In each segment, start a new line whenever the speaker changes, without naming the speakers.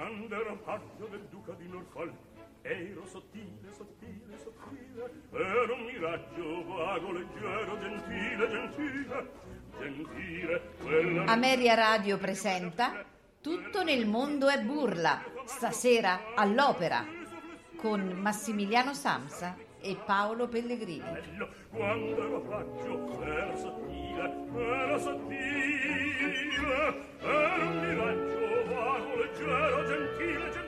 Quando ero paggio del duca di Norfolk, ero sottile, sottile, sottile, ero un miraggio vago, leggero, gentile, gentile, gentile. Quella...
Ameria Radio presenta Tutto nel mondo è burla, stasera all'Opera, con Massimiliano Samsa e Paolo Pellegrini.
Quando ero paggio, ero sottile, ero un miraggio vago, leggero, gentile, gentile.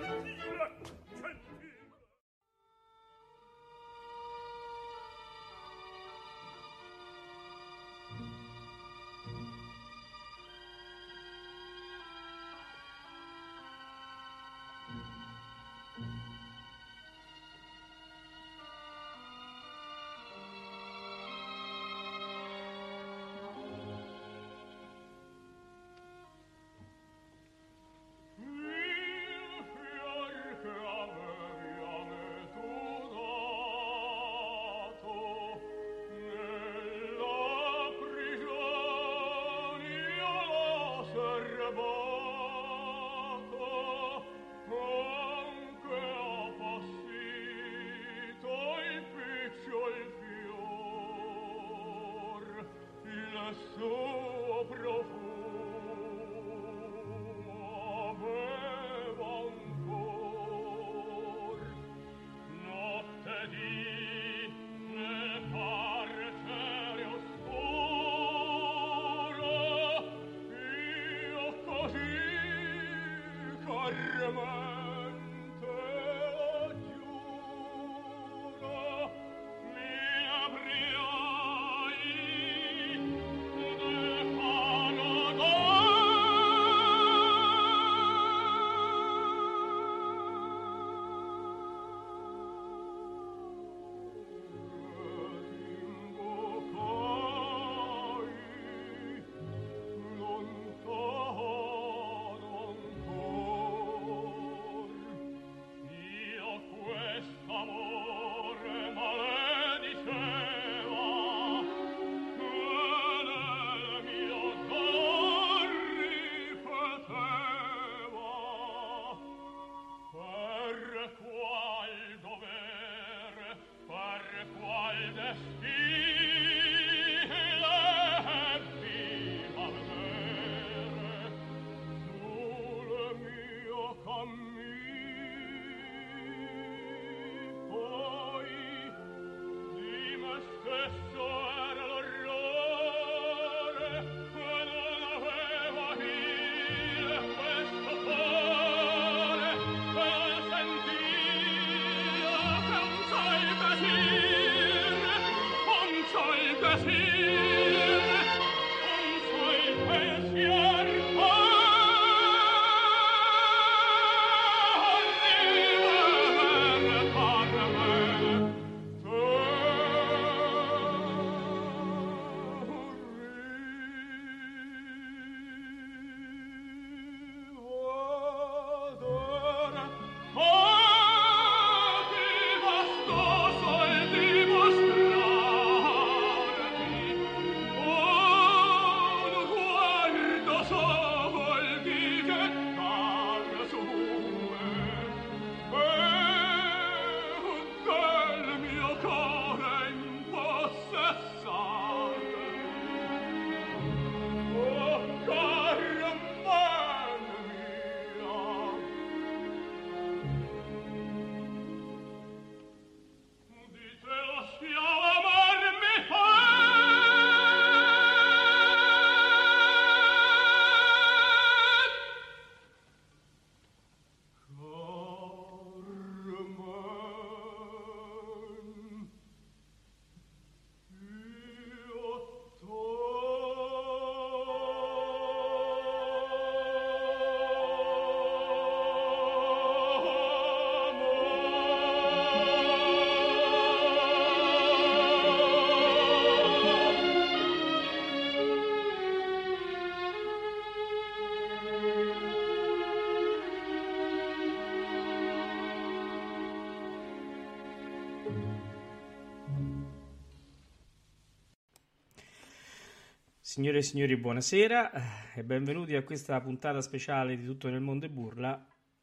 Signore e signori, buonasera e benvenuti a questa puntata speciale di Tutto nel mondo e burla,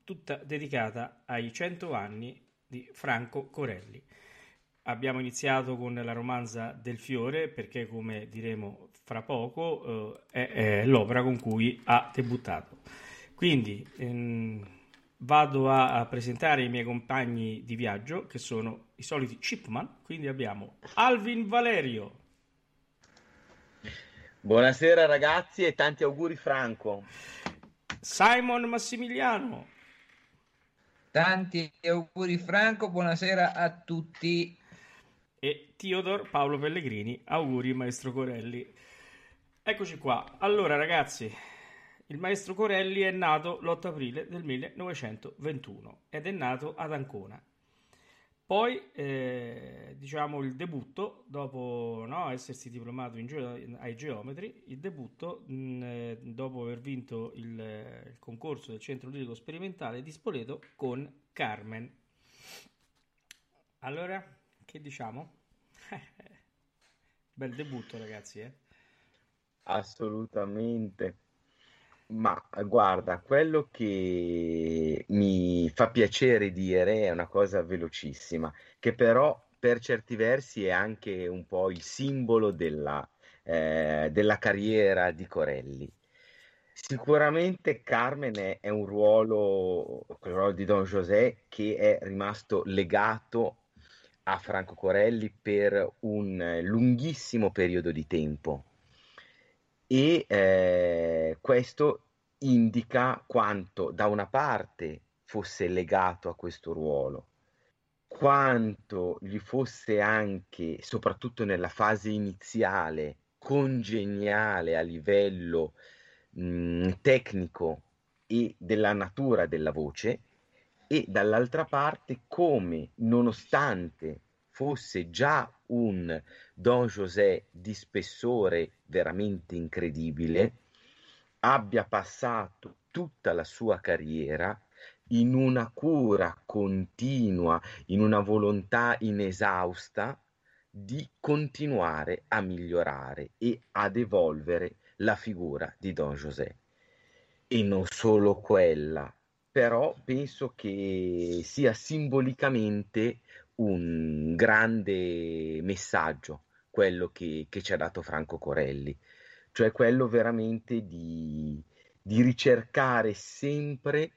tutta dedicata ai 100 anni di Franco Corelli. Abbiamo iniziato con la romanza del fiore perché, come diremo fra poco, è l'opera con cui ha debuttato. Quindi vado a presentare i miei compagni di viaggio, che sono i soliti Chipman. Quindi abbiamo Alvin Valerio.
Buonasera ragazzi e tanti auguri Franco.
Simon Massimiliano.
Tanti auguri Franco, buonasera a tutti.
E Theodor Paolo Pellegrini, auguri maestro Corelli. Eccoci qua. Allora ragazzi, il maestro Corelli è nato l'8 aprile del 1921 ed è nato ad Ancona. Poi, diciamo, il debutto, dopo essersi diplomato ai geometri, il debutto, dopo aver vinto il concorso del Centro Lirico Sperimentale di Spoleto con Carmen. Allora, che diciamo? Bel debutto, ragazzi, eh?
Assolutamente. Ma guarda, quello che mi fa piacere dire è una cosa velocissima, che però per certi versi è anche un po' il simbolo della carriera di Corelli. Sicuramente Carmen è un ruolo, quel ruolo di Don José, che è rimasto legato a Franco Corelli per un lunghissimo periodo di tempo. E questo indica quanto da una parte fosse legato a questo ruolo, quanto gli fosse anche, soprattutto nella fase iniziale, congeniale a livello tecnico e della natura della voce, e dall'altra parte come, nonostante fosse già un Don José di spessore veramente incredibile, abbia passato tutta la sua carriera in una cura continua, in una volontà inesausta di continuare a migliorare e ad evolvere la figura di Don José. E non solo quella, però penso che sia simbolicamente un grande messaggio quello che ci ha dato Franco Corelli, cioè quello veramente di ricercare sempre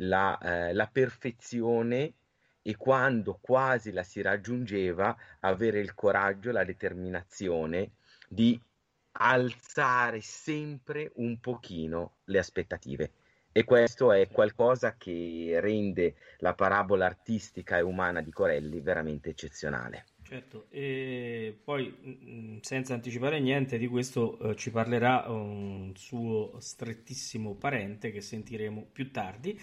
la perfezione, e quando quasi la si raggiungeva avere il coraggio, la determinazione di alzare sempre un pochino le aspettative. E questo è qualcosa che rende la parabola artistica e umana di Corelli veramente eccezionale.
Certo, e poi senza anticipare niente di questo ci parlerà un suo strettissimo parente che sentiremo più tardi,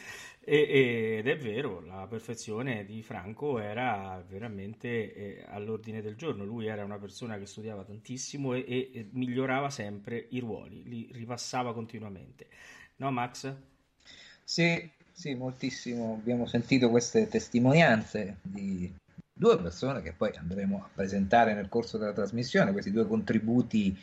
ed è vero, la perfezione di Franco era veramente all'ordine del giorno. Lui era una persona che studiava tantissimo e migliorava sempre i ruoli, li ripassava continuamente. No, Max?
Sì, moltissimo. Abbiamo sentito queste testimonianze di due persone che poi andremo a presentare nel corso della trasmissione, questi due contributi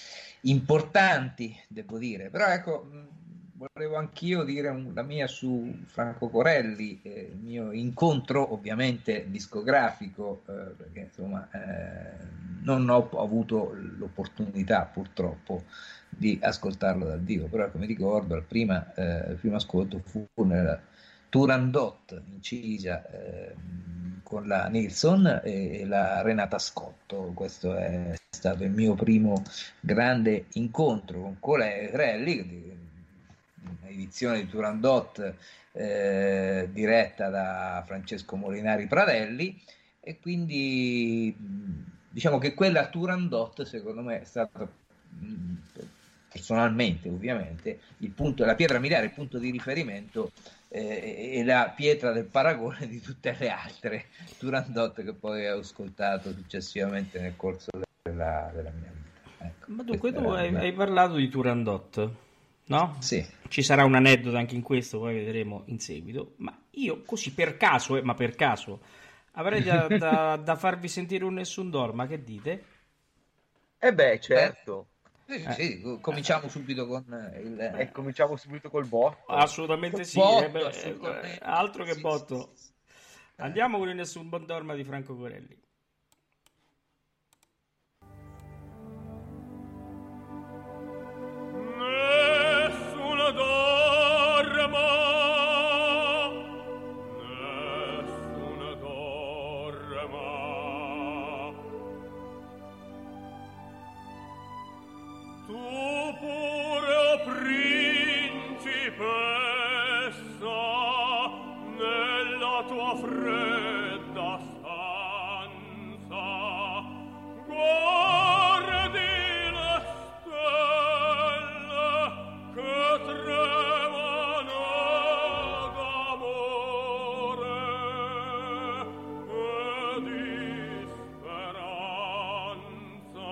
importanti, devo dire. Però ecco, volevo anch'io dire la mia su Franco Corelli, il mio incontro ovviamente discografico, perché insomma non ho avuto l'opportunità purtroppo di ascoltarlo dal vivo, però come ricordo il primo ascolto fu nella Turandot incisa con la Nilsson e la Renata Scotto. Questo è stato il mio primo grande incontro con Corelli, un'edizione di Turandot diretta da Francesco Molinari Pradelli, e quindi diciamo che quella Turandot secondo me è stata personalmente ovviamente la pietra miliare, il punto di riferimento e la pietra del paragone di tutte le altre Turandot che poi ho ascoltato successivamente nel corso della mia vita. Ecco,
ma dunque tu hai parlato di Turandot, no?
Sì.
Ci sarà un aneddoto anche in questo, poi vedremo in seguito, ma io così per caso avrei da farvi sentire un Nessun Dorma, che dite?
Beh, certo.
Sì, cominciamo subito con
cominciamo subito col botto.
Assolutamente sì,
Botto, assolutamente.
altro che
Sì,
botto.
sì.
Andiamo con il Nessun buon dorma di Franco Corelli.
Nessuna dorma, nessuna dorma. Tu pure, o principessa, nella tua fredda stanza, guardi le stelle che tremano d'amore e di speranza.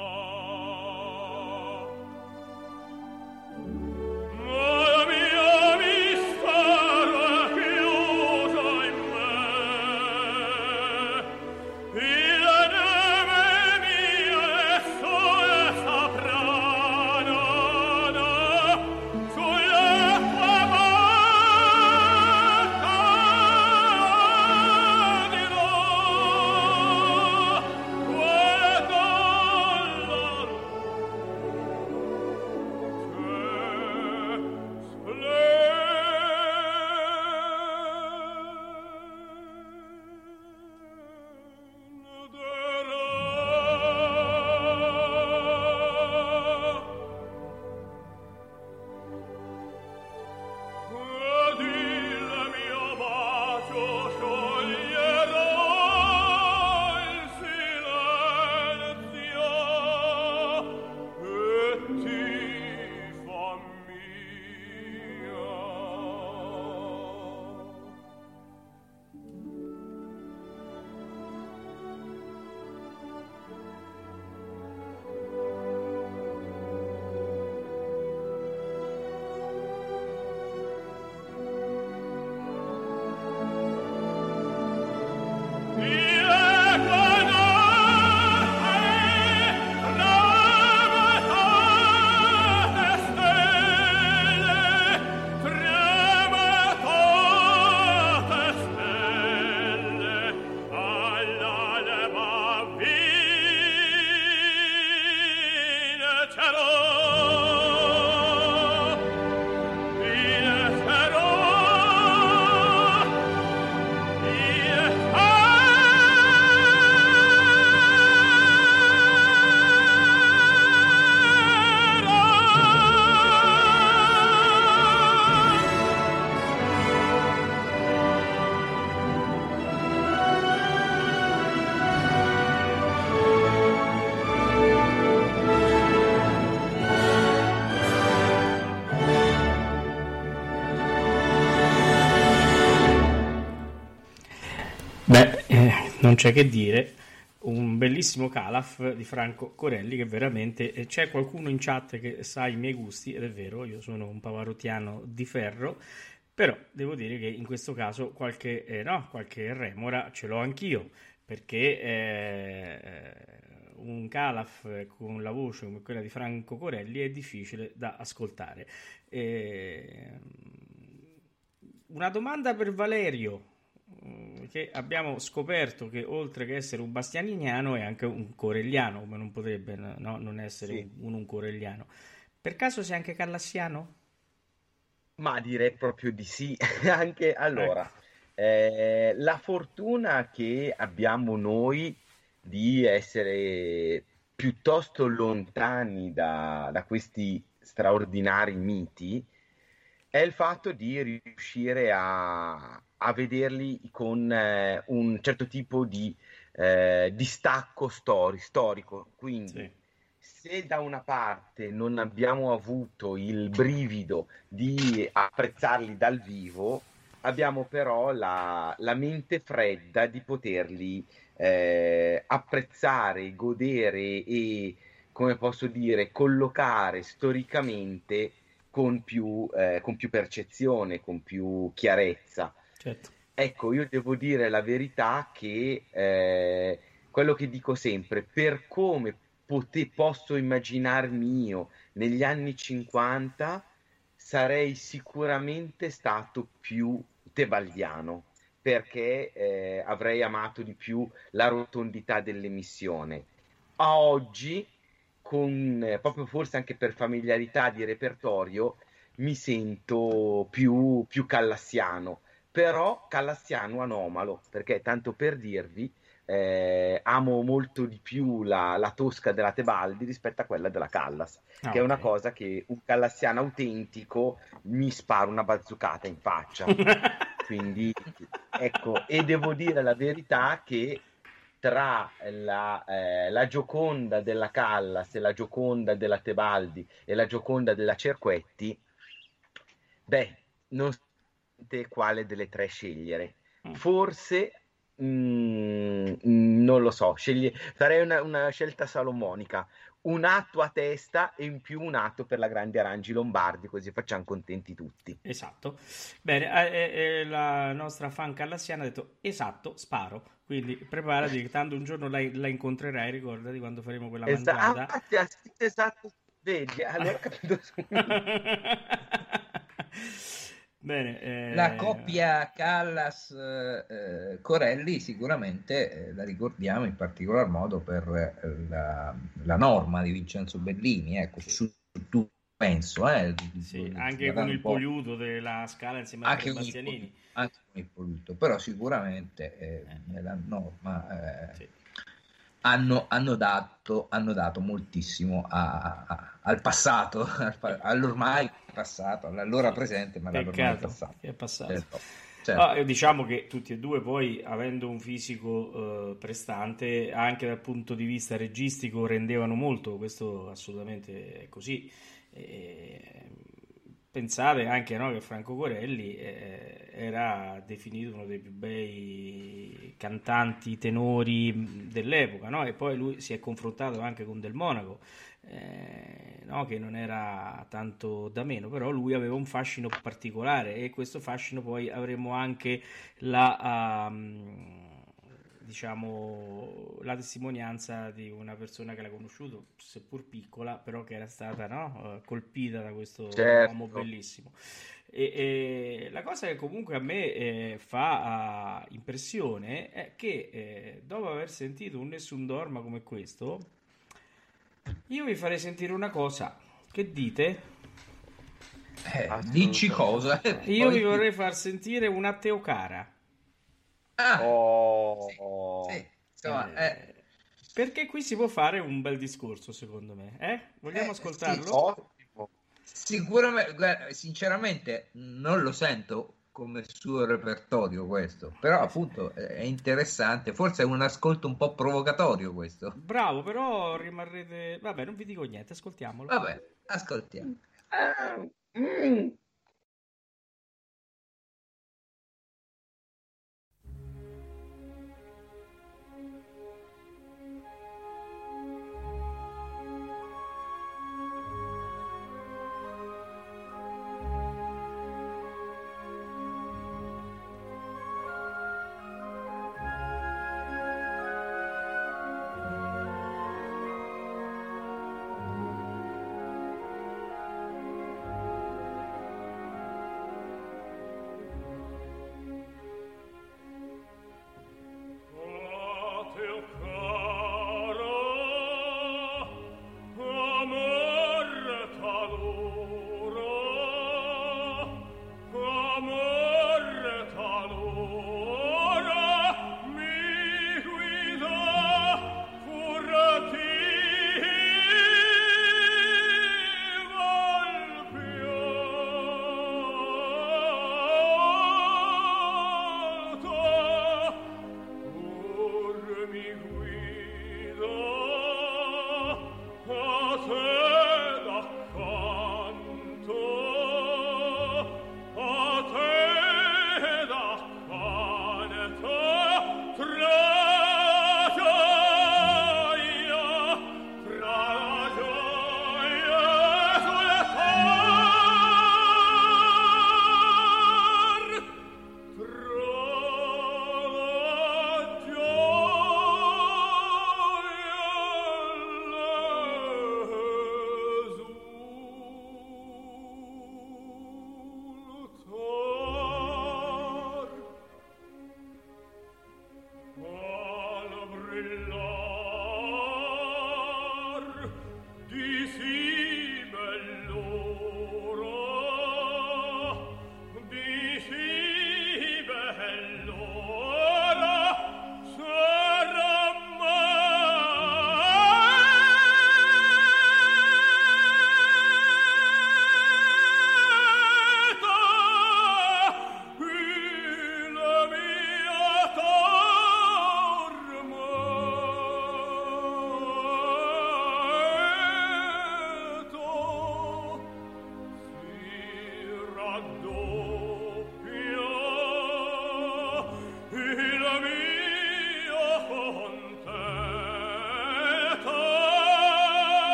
Ma la mia mistero è chiuso in me, il neve mio e sole sapranno sulle tue dirò quale dollaro ed il mio bacio scioglierò il silenzio e ti fa mia.
Beh, non c'è che dire, un bellissimo Calaf di Franco Corelli che veramente c'è qualcuno in chat che sa i miei gusti ed è vero, io sono un pavarottiano di ferro, però devo dire che in questo caso qualche remora ce l'ho anch'io, perché un Calaf con la voce come quella di Franco Corelli è difficile da ascoltare. Una domanda per Valerio, che abbiamo scoperto che oltre che essere un bastianiniano è anche un corelliano, come non potrebbe non essere
Sì.
un corelliano. Per caso sei anche callassiano?
Ma direi proprio di sì. Anche allora,
Ecco.
la fortuna che abbiamo noi di essere piuttosto lontani da questi straordinari miti è il fatto di riuscire a vederli con un certo tipo di distacco storico. Quindi,
Sì.
se da una parte non abbiamo avuto il brivido di apprezzarli dal vivo, abbiamo però la mente fredda di poterli apprezzare, godere e, come posso dire, collocare storicamente con più percezione, con più chiarezza.
Certo.
Ecco, io devo dire la verità che quello che dico sempre, per come posso immaginarmi io negli anni 50 sarei sicuramente stato più tebaldiano, perché avrei amato di più la rotondità dell'emissione. A oggi, con, proprio forse anche per familiarità di repertorio, mi sento più callassiano, però callassiano anomalo, perché tanto per dirvi, amo molto di più la Tosca della Tebaldi rispetto a quella della Callas, che è una
Ok.
cosa che un callassiano autentico mi spara una bazzucata in faccia. Quindi, ecco, e devo dire la verità che tra la Gioconda della Callas e la Gioconda della Tebaldi e la Gioconda della Cerquetti, beh, non so quale delle tre scegliere.
Mm.
Forse, non lo so, farei una scelta salomonica. Un atto a testa e in più un atto per la Grande Arangi Lombardi, così facciamo contenti tutti.
Esatto. Bene, la nostra fan callassiana ha detto esatto, sparo. Quindi preparati, che tanto un giorno la incontrerai, ricordati quando faremo quella mangiata.
Infatti, ha scritto esatto, vedi, allora ho capito subito.
Bene,
La coppia Callas-Corelli sicuramente la ricordiamo in particolar modo per la norma di Vincenzo Bellini, ecco, su tutto penso,
sì, anche con
guardando
il
un po'
Poliuto della Scala insieme a
anche
Piero
con il
Bastianini.
anche con il polluto, però sicuramente nella norma hanno dato moltissimo al passato, all'ormai passato, all'allora
Sì,
presente, ma all'ormai
peccato
passato.
che è passato.
Certo, certo.
Diciamo che tutti e due poi, avendo un fisico prestante, anche dal punto di vista registico, rendevano molto, questo assolutamente è così. E pensate anche, no, che Franco Corelli era definito uno dei più bei cantanti tenori dell'epoca, no? E poi lui si è confrontato anche con Del Monaco, no, che non era tanto da meno, però lui aveva un fascino particolare e questo fascino poi avremo anche diciamo, la testimonianza di una persona che l'ha conosciuto, seppur piccola, però che era stata, no, colpita da questo uomo
Certo.
bellissimo. E la cosa che comunque a me fa impressione è che dopo aver sentito un Nessun Dorma come questo, io vi farei sentire una cosa. Che dite?
Dici
Assolutamente.
cosa?
Io vi
Poi...
vorrei far sentire una Teocara.
Ah, sì,
Oh,
sì, insomma,
Perché qui si può fare un bel discorso, secondo me. Vogliamo
sì,
ascoltarlo?
ottimo.
sicuramente, guarda, sinceramente non lo sento come suo repertorio questo, però
Sì.
appunto è interessante, forse è un ascolto un po' provocatorio questo.
Bravo, però rimarrete... Vabbè, non vi dico niente, ascoltiamolo.
Vabbè, ascoltiamo.
Ah, mm.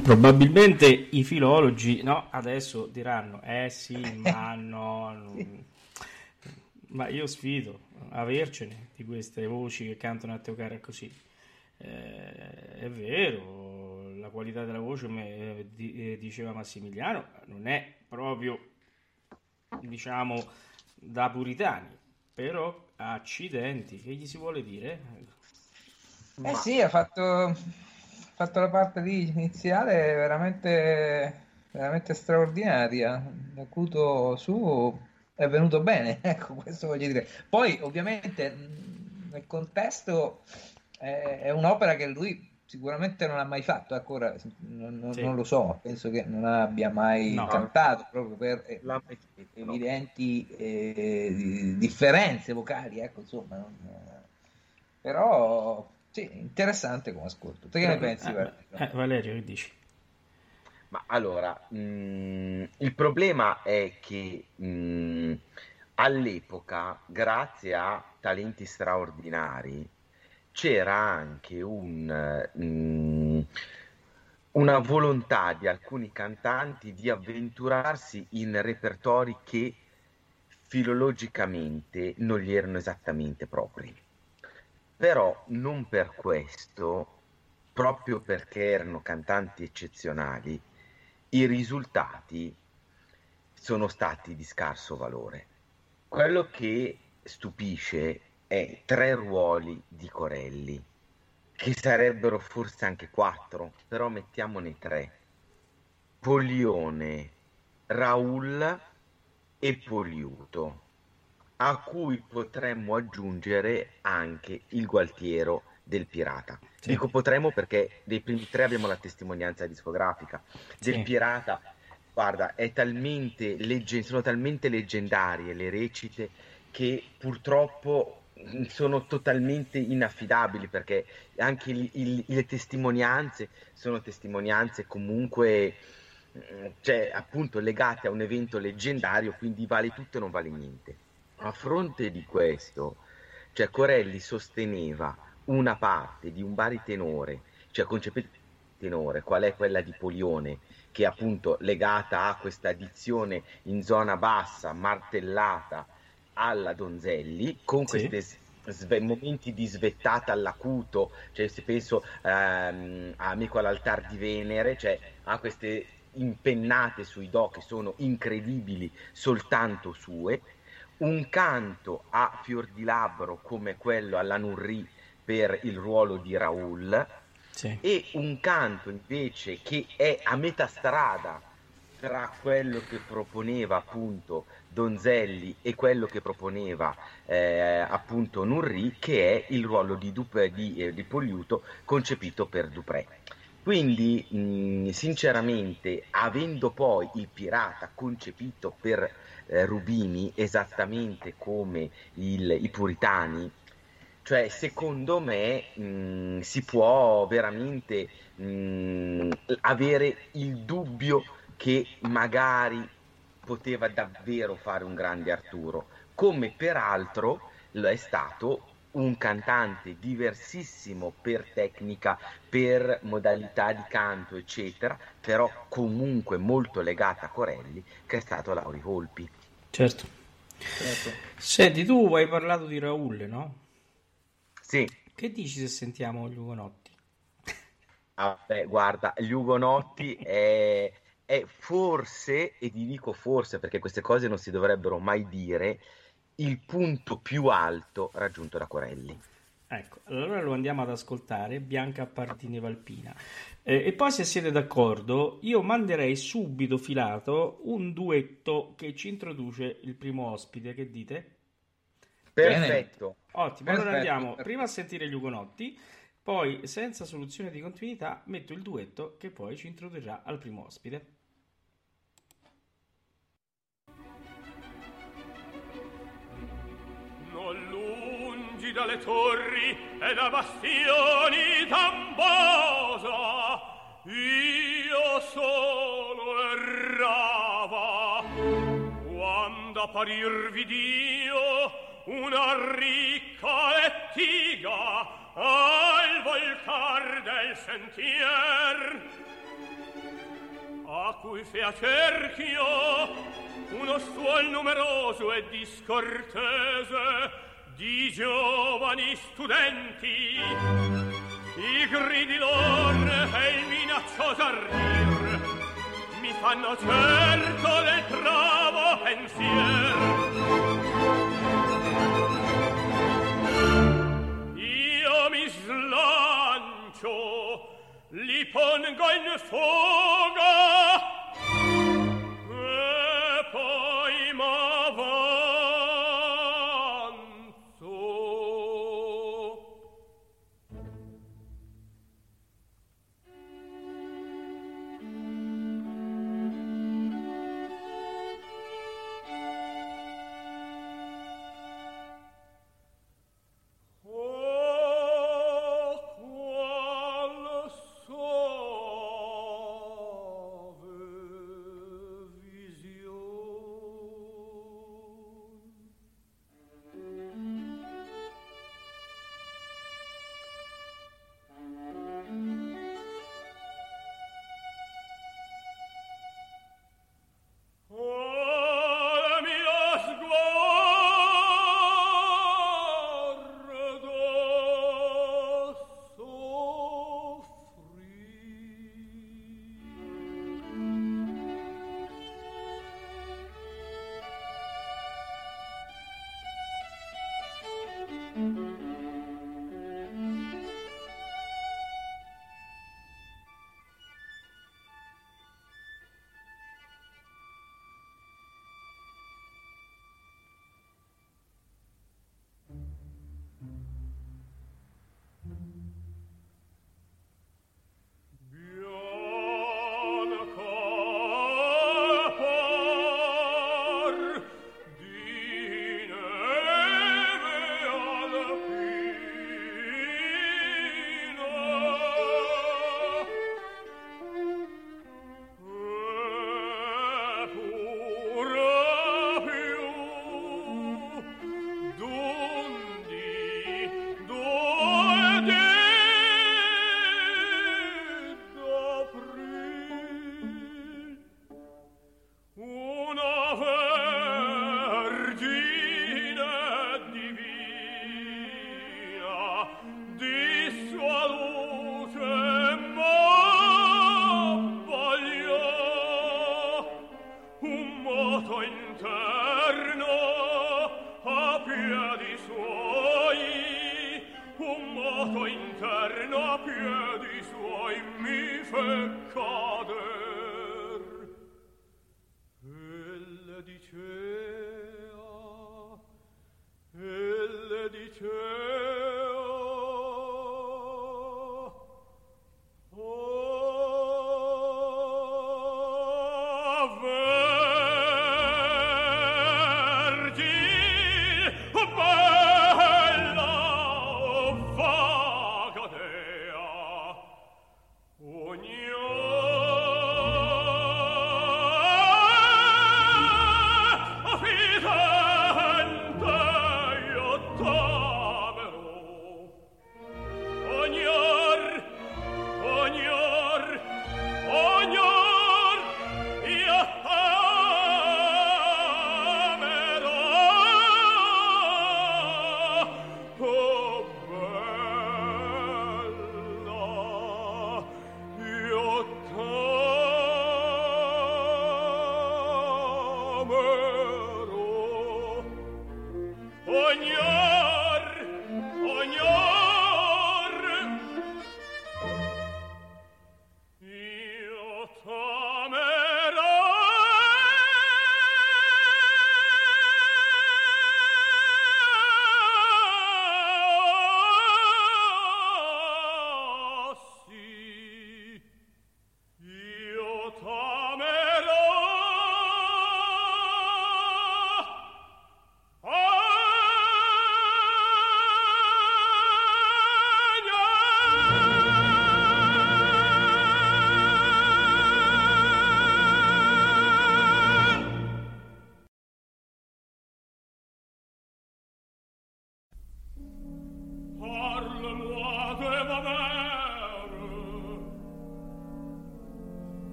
Probabilmente i filologi, no, adesso diranno, sì, ma no, ma io sfido a avercene di queste voci che cantano a Teocara così. È vero, la qualità della voce, come diceva Massimiliano, non è proprio, diciamo, da puritani, però accidenti, che gli si vuole dire?
Sì, ha fatto la parte lì iniziale veramente, veramente straordinaria. L'acuto su è venuto bene, ecco, questo voglio dire. Poi, ovviamente, nel contesto è un'opera che lui sicuramente non ha mai fatto, ancora non lo so, penso che non abbia mai cantato proprio per evidenti differenze vocali, ecco, insomma. Però sì, interessante come ascolto. Te che ne pensi,
Valerio, che dici?
Ma allora, il problema è che all'epoca, grazie a talenti straordinari, c'era anche una volontà di alcuni cantanti di avventurarsi in repertori che filologicamente non gli erano esattamente propri. Però non per questo, proprio perché erano cantanti eccezionali, i risultati sono stati di scarso valore. Quello che stupisce è 3 ruoli di Corelli, che sarebbero forse anche 4, però mettiamone 3. Polione, Raoul e Poliuto, a cui potremmo aggiungere anche il Gualtiero del Pirata. Sì. Dico potremmo perché dei primi 3 abbiamo la testimonianza discografica. Del Pirata, guarda, è talmente sono talmente leggendarie le recite che purtroppo sono totalmente inaffidabili, perché anche le testimonianze sono testimonianze comunque, cioè appunto legate a un evento leggendario, quindi vale tutto e non vale niente. A fronte di questo, cioè Corelli sosteneva una parte di un baritenore, cioè concepito tenore, qual è quella di Polione, che è appunto legata a questa dizione in zona bassa, martellata alla Donzelli, con questi momenti di svettata all'acuto, cioè se penso a Amico all'altar di Venere, cioè ha queste impennate sui do che sono incredibili soltanto sue, un canto a fior di labbro come quello alla Nurri per il ruolo di Raoul, e un canto invece che è a metà strada tra quello che proponeva appunto Donzelli e quello che proponeva appunto Nurri, che è il ruolo di Poliuto concepito per Dupré. Quindi sinceramente, avendo poi il Pirata concepito per Rubini esattamente come i puritani, cioè secondo me si può veramente avere il dubbio che magari poteva davvero fare un grande Arturo, come peraltro lo è stato un cantante diversissimo per tecnica, per modalità di canto, eccetera, però comunque molto legata a Corelli, che è stato Lauri Volpi.
Certo. Senti, tu hai parlato di Raoul, no?
Sì.
Che dici se sentiamo gli Ugonotti?
Guarda, gli Ugonotti è forse, e ti dico forse perché queste cose non si dovrebbero mai dire, il punto più alto raggiunto da Corelli.
Ecco, allora lo andiamo ad ascoltare, Bianca Pardini Valpina. E poi, se siete d'accordo, io manderei subito filato un duetto che ci introduce il primo ospite. Che dite?
Perfetto.
Ottimo, allora andiamo prima a sentire gli Ugonotti, poi senza soluzione di continuità metto il duetto che poi ci introdurrà al primo ospite.
Non lungi dalle torri e da bastioni d'Ambosa io solo errava, quando apparirvi Dio una ricca lettiga al voltar del sentier. a cui fea cerchio uno suol numeroso e discortese di giovani studenti, i gridi lor e il minaccioso ardir mi fanno certo del bravo pensier. Io mi slancio, li pongo in fuga e poi m'avanzo.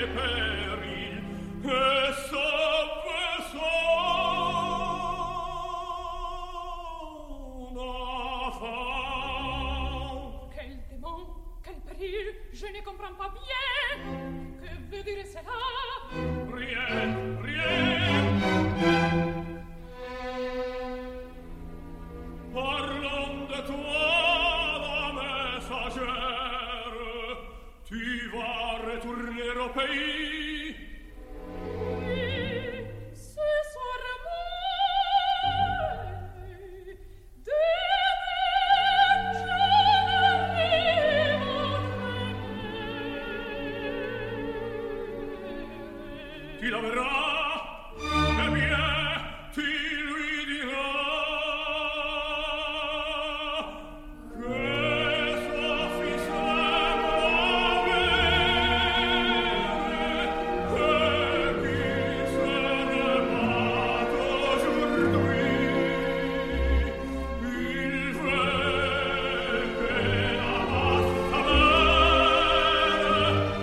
Je ne comprends pas bien. Que veut dire cela?
Rien, Parlons de toi, la messagère. Tu vas retourner au pays.
Oui, ce soir
Tu la verrà, e bien, tu lui diras che sua fils est mauvais, que qui se rebat aujourd'hui. Il veut que la vasta mère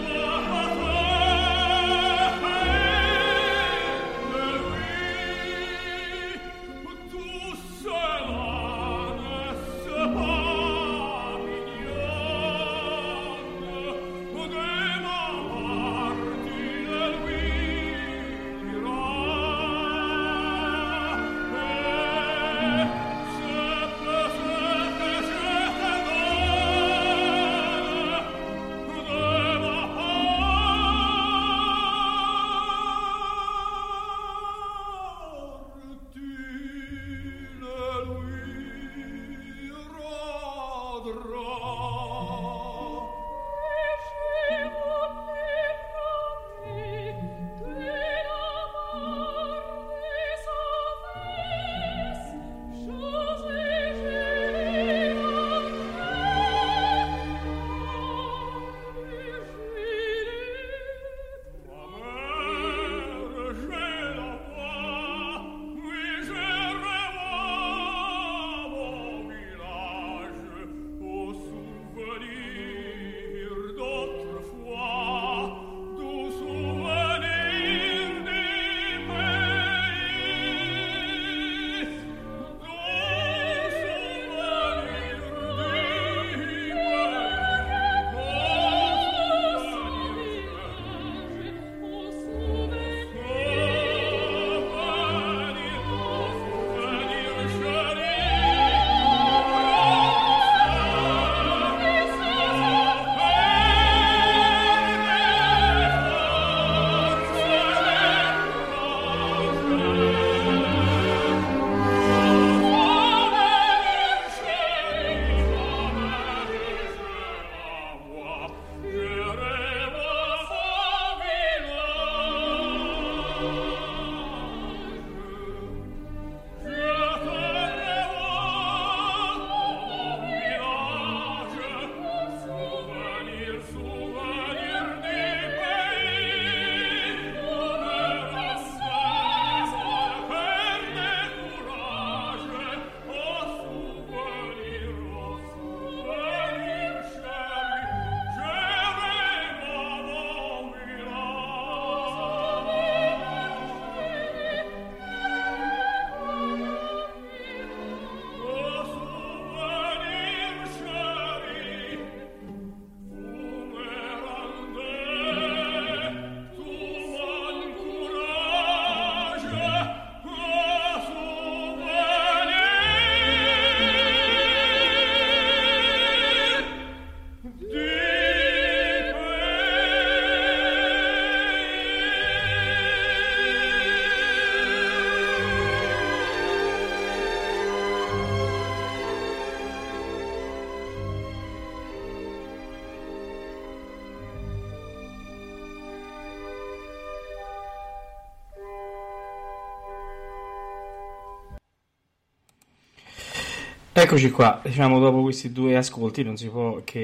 Eccoci qua, diciamo, dopo questi due ascolti non si può che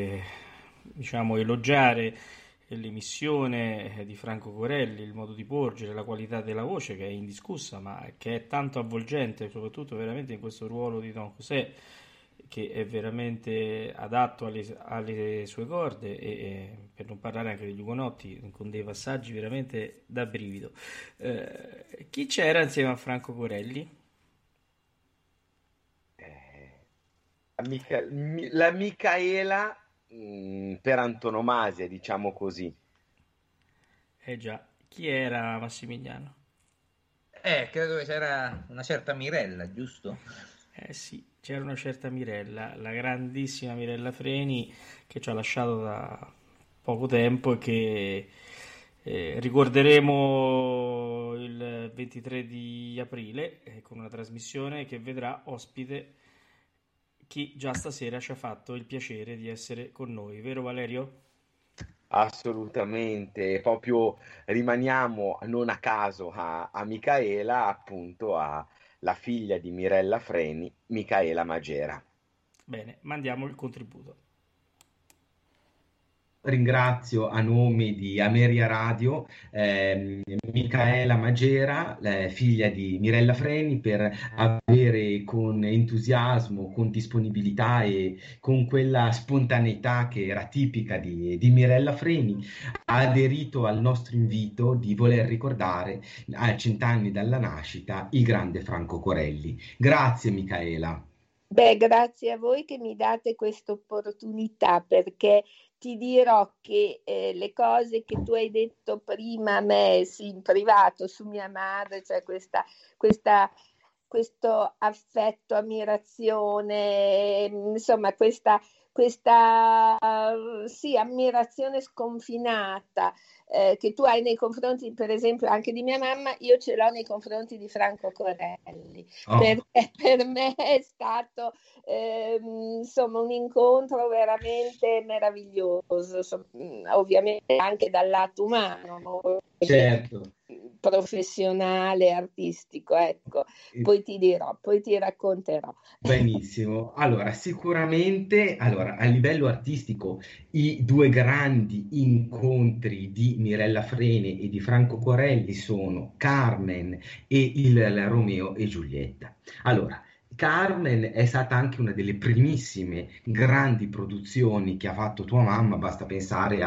diciamo, elogiare l'emissione di Franco Corelli, il modo di porgere, la qualità della voce che è indiscussa, ma che è tanto avvolgente, soprattutto veramente in questo ruolo di Don José, che è veramente adatto alle sue corde per non parlare anche degli Ugonotti, con dei passaggi veramente da brivido. Chi c'era insieme a Franco Corelli?
La Micaela, per antonomasia, diciamo così.
Già, chi era Massimiliano?
Credo che c'era una certa Mirella, giusto?
Sì, c'era una certa Mirella, la grandissima Mirella Freni, che ci ha lasciato da poco tempo e che ricorderemo il 23 di aprile con una trasmissione che vedrà ospite chi già stasera ci ha fatto il piacere di essere con noi, vero Valerio?
Assolutamente, proprio rimaniamo non a caso a Micaela, appunto alla figlia di Mirella Freni, Micaela Magera.
Bene, mandiamo il contributo.
Ringrazio a nome di Ameria Radio Micaela Magera, figlia di Mirella Freni, per avere con entusiasmo, con disponibilità e con quella spontaneità che era tipica di Mirella Freni, ha aderito al nostro invito di voler ricordare a 100 anni dalla nascita il grande Franco Corelli. Grazie Micaela.
Beh, grazie a voi che mi date questa opportunità, perché ti dirò che le cose che tu hai detto prima a me, sì, in privato, su mia madre, cioè questo affetto, ammirazione, insomma questa sì, ammirazione sconfinata che tu hai nei confronti, per esempio, anche di mia mamma, io ce l'ho nei confronti di Franco Corelli, perché per me è stato insomma un incontro veramente meraviglioso, ovviamente anche dal lato umano,
certo,
professionale, artistico, ecco, poi ti dirò, poi ti racconterò.
Benissimo, allora sicuramente a livello artistico i due grandi incontri di Mirella Freni e di Franco Corelli sono Carmen e il Romeo e Giulietta. Allora, Carmen è stata anche una delle primissime grandi produzioni che ha fatto tua mamma, basta pensare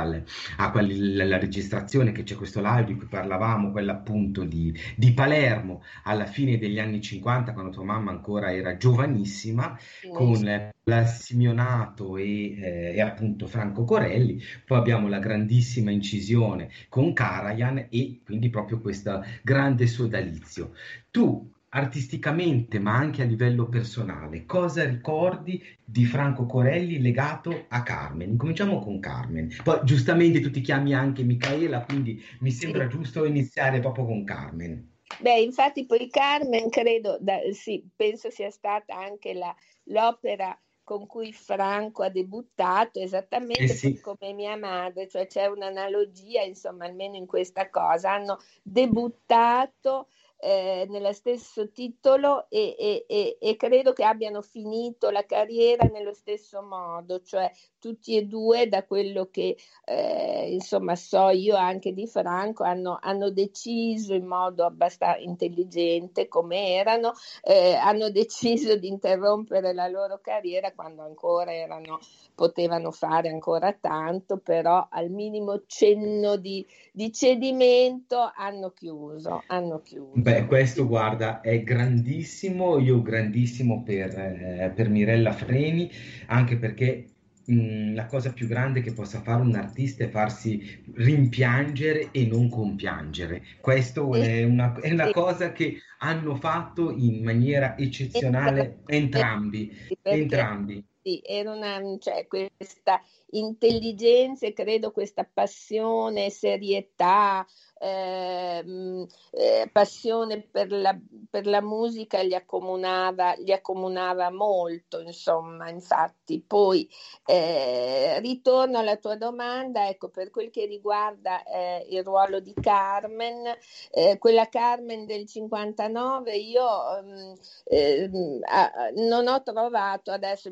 alla registrazione che c'è questo live di cui parlavamo, quella appunto di Palermo alla fine degli anni 50, quando tua mamma ancora era giovanissima, con la Simeonato e appunto Franco Corelli. Poi abbiamo la grandissima incisione con Karajan e quindi proprio questo grande sodalizio. Tu artisticamente, ma anche a livello personale, cosa ricordi di Franco Corelli legato a Carmen? Cominciamo con Carmen. Poi giustamente tu ti chiami anche Micaela, quindi mi sembra giusto iniziare proprio con Carmen.
Beh, infatti poi Carmen credo, sì, penso sia stata anche l'opera con cui Franco ha debuttato, esattamente come mia madre, cioè c'è un'analogia, insomma, almeno in questa cosa, hanno debuttato nello stesso titolo e credo che abbiano finito la carriera nello stesso modo, cioè tutti e due, da quello che insomma so io anche di Franco, hanno deciso in modo abbastanza intelligente, come erano, hanno deciso di interrompere la loro carriera quando ancora potevano fare ancora tanto, però al minimo cenno di cedimento hanno chiuso.
Beh, questo guarda è grandissimo, io grandissimo per Mirella Freni, anche perché la cosa più grande che possa fare un artista è farsi rimpiangere e non compiangere. Questo è una cosa che hanno fatto in maniera eccezionale entrambi.
Sì, era cioè, questa intelligenza e credo questa passione, serietà, passione per la musica li accomunava molto, insomma. Infatti poi ritorno alla tua domanda, ecco, per quel che riguarda il ruolo di Carmen, quella Carmen del 59, io non ho trovato adesso in mezzo alle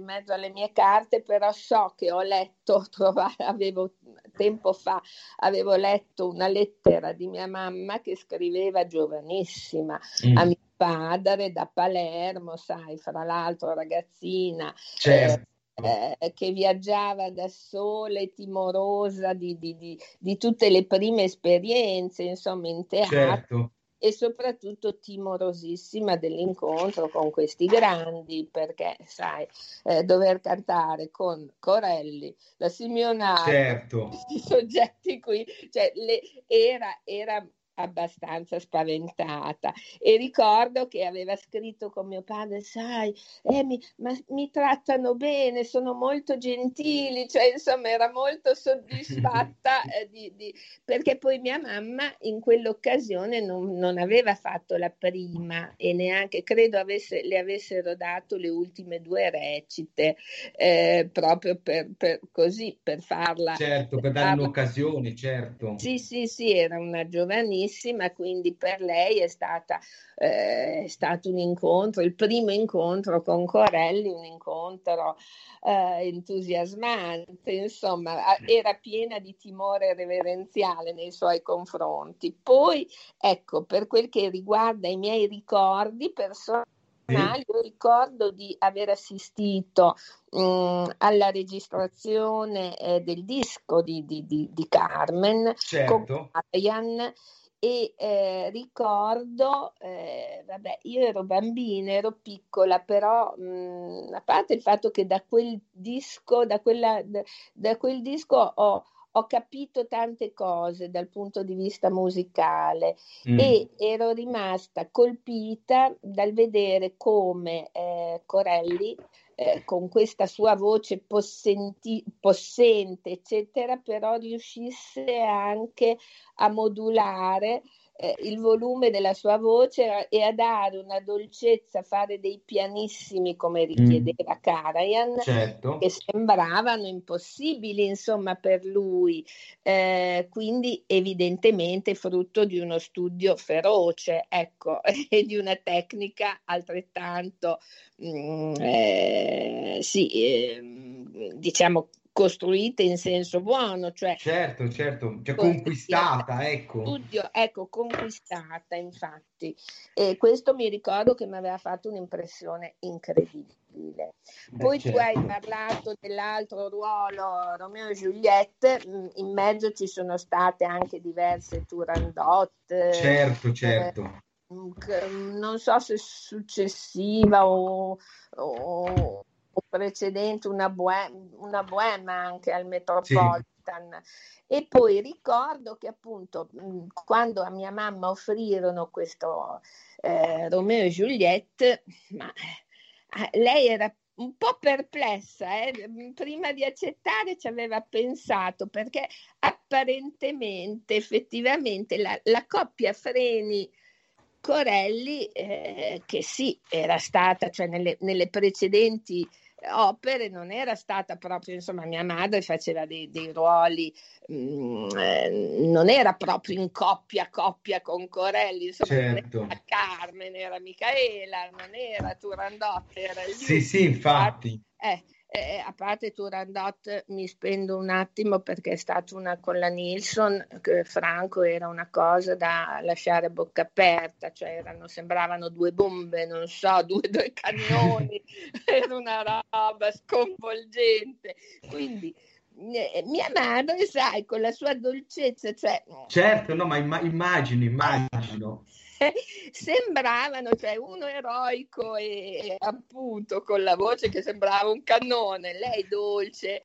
le mie carte, però so che ho letto, tempo fa, avevo letto una lettera di mia mamma che scriveva giovanissima a mio padre da Palermo, sai, fra l'altro ragazzina,
certo.
Che viaggiava da sola e timorosa di tutte le prime esperienze, insomma, in teatro.
Certo.
E soprattutto timorosissima dell'incontro con questi grandi, perché sai, dover cantare con Corelli, la Simeonati,
certo,
questi soggetti qui, cioè, era abbastanza spaventata, e ricordo che aveva scritto con mio padre, sai, mi trattano bene, sono molto gentili, cioè insomma era molto soddisfatta perché poi mia mamma in quell'occasione non aveva fatto la prima e neanche credo le avessero dato le ultime 2 recite, proprio per così, per farla,
certo, per dare un'occasione, certo.
Sì, era una giovanissima, quindi per lei è stato un incontro, il primo incontro con Corelli, un incontro entusiasmante, insomma, era piena di timore reverenziale nei suoi confronti. Poi, ecco, per quel che riguarda i miei ricordi personali, io ricordo di aver assistito alla registrazione del disco di Carmen,
certo,
con Ryan, e ricordo, vabbè, io ero bambina, ero piccola, però a parte il fatto che da quel disco ho capito tante cose dal punto di vista musicale e ero rimasta colpita dal vedere come Corelli, con questa sua voce possente, eccetera, però riuscisse anche a modulare il volume della sua voce e a dare una dolcezza, a fare dei pianissimi come richiedeva Karajan,
certo,
che sembravano impossibili, insomma, per lui, quindi evidentemente frutto di uno studio feroce, ecco, e di una tecnica altrettanto diciamo costruita in senso buono, cioè
certo, cioè conquistata, ecco.
Studio, ecco, conquistata, infatti, e questo mi ricordo che mi aveva fatto un'impressione incredibile. Poi tu hai parlato dell'altro ruolo, Romeo e Juliette, in mezzo ci sono state anche diverse Turandot,
certo,
non so se successiva o precedente, una bohème anche al Metropolitan. E poi ricordo che appunto quando a mia mamma offrirono questo Romeo e Juliette, lei era un po' perplessa, prima di accettare ci aveva pensato, perché apparentemente, effettivamente la coppia Freni Corelli, che sì, era stata, cioè nelle precedenti opere non era stata proprio, insomma, mia madre faceva dei ruoli, non era proprio in coppia con Corelli, insomma,
certo.
Non era Carmen, era Micaela, non era Turandot, era il
sì, infatti.
A parte Turandot mi spendo un attimo perché è stata una con la Nilsson, che Franco era una cosa da lasciare a bocca aperta, cioè sembravano 2 bombe, non so, due cannoni, era una roba sconvolgente, quindi mia madre, sai, con la sua dolcezza, cioè
certo, no, ma immagino.
Sembravano, cioè uno eroico e appunto con la voce che sembrava un cannone, lei dolce,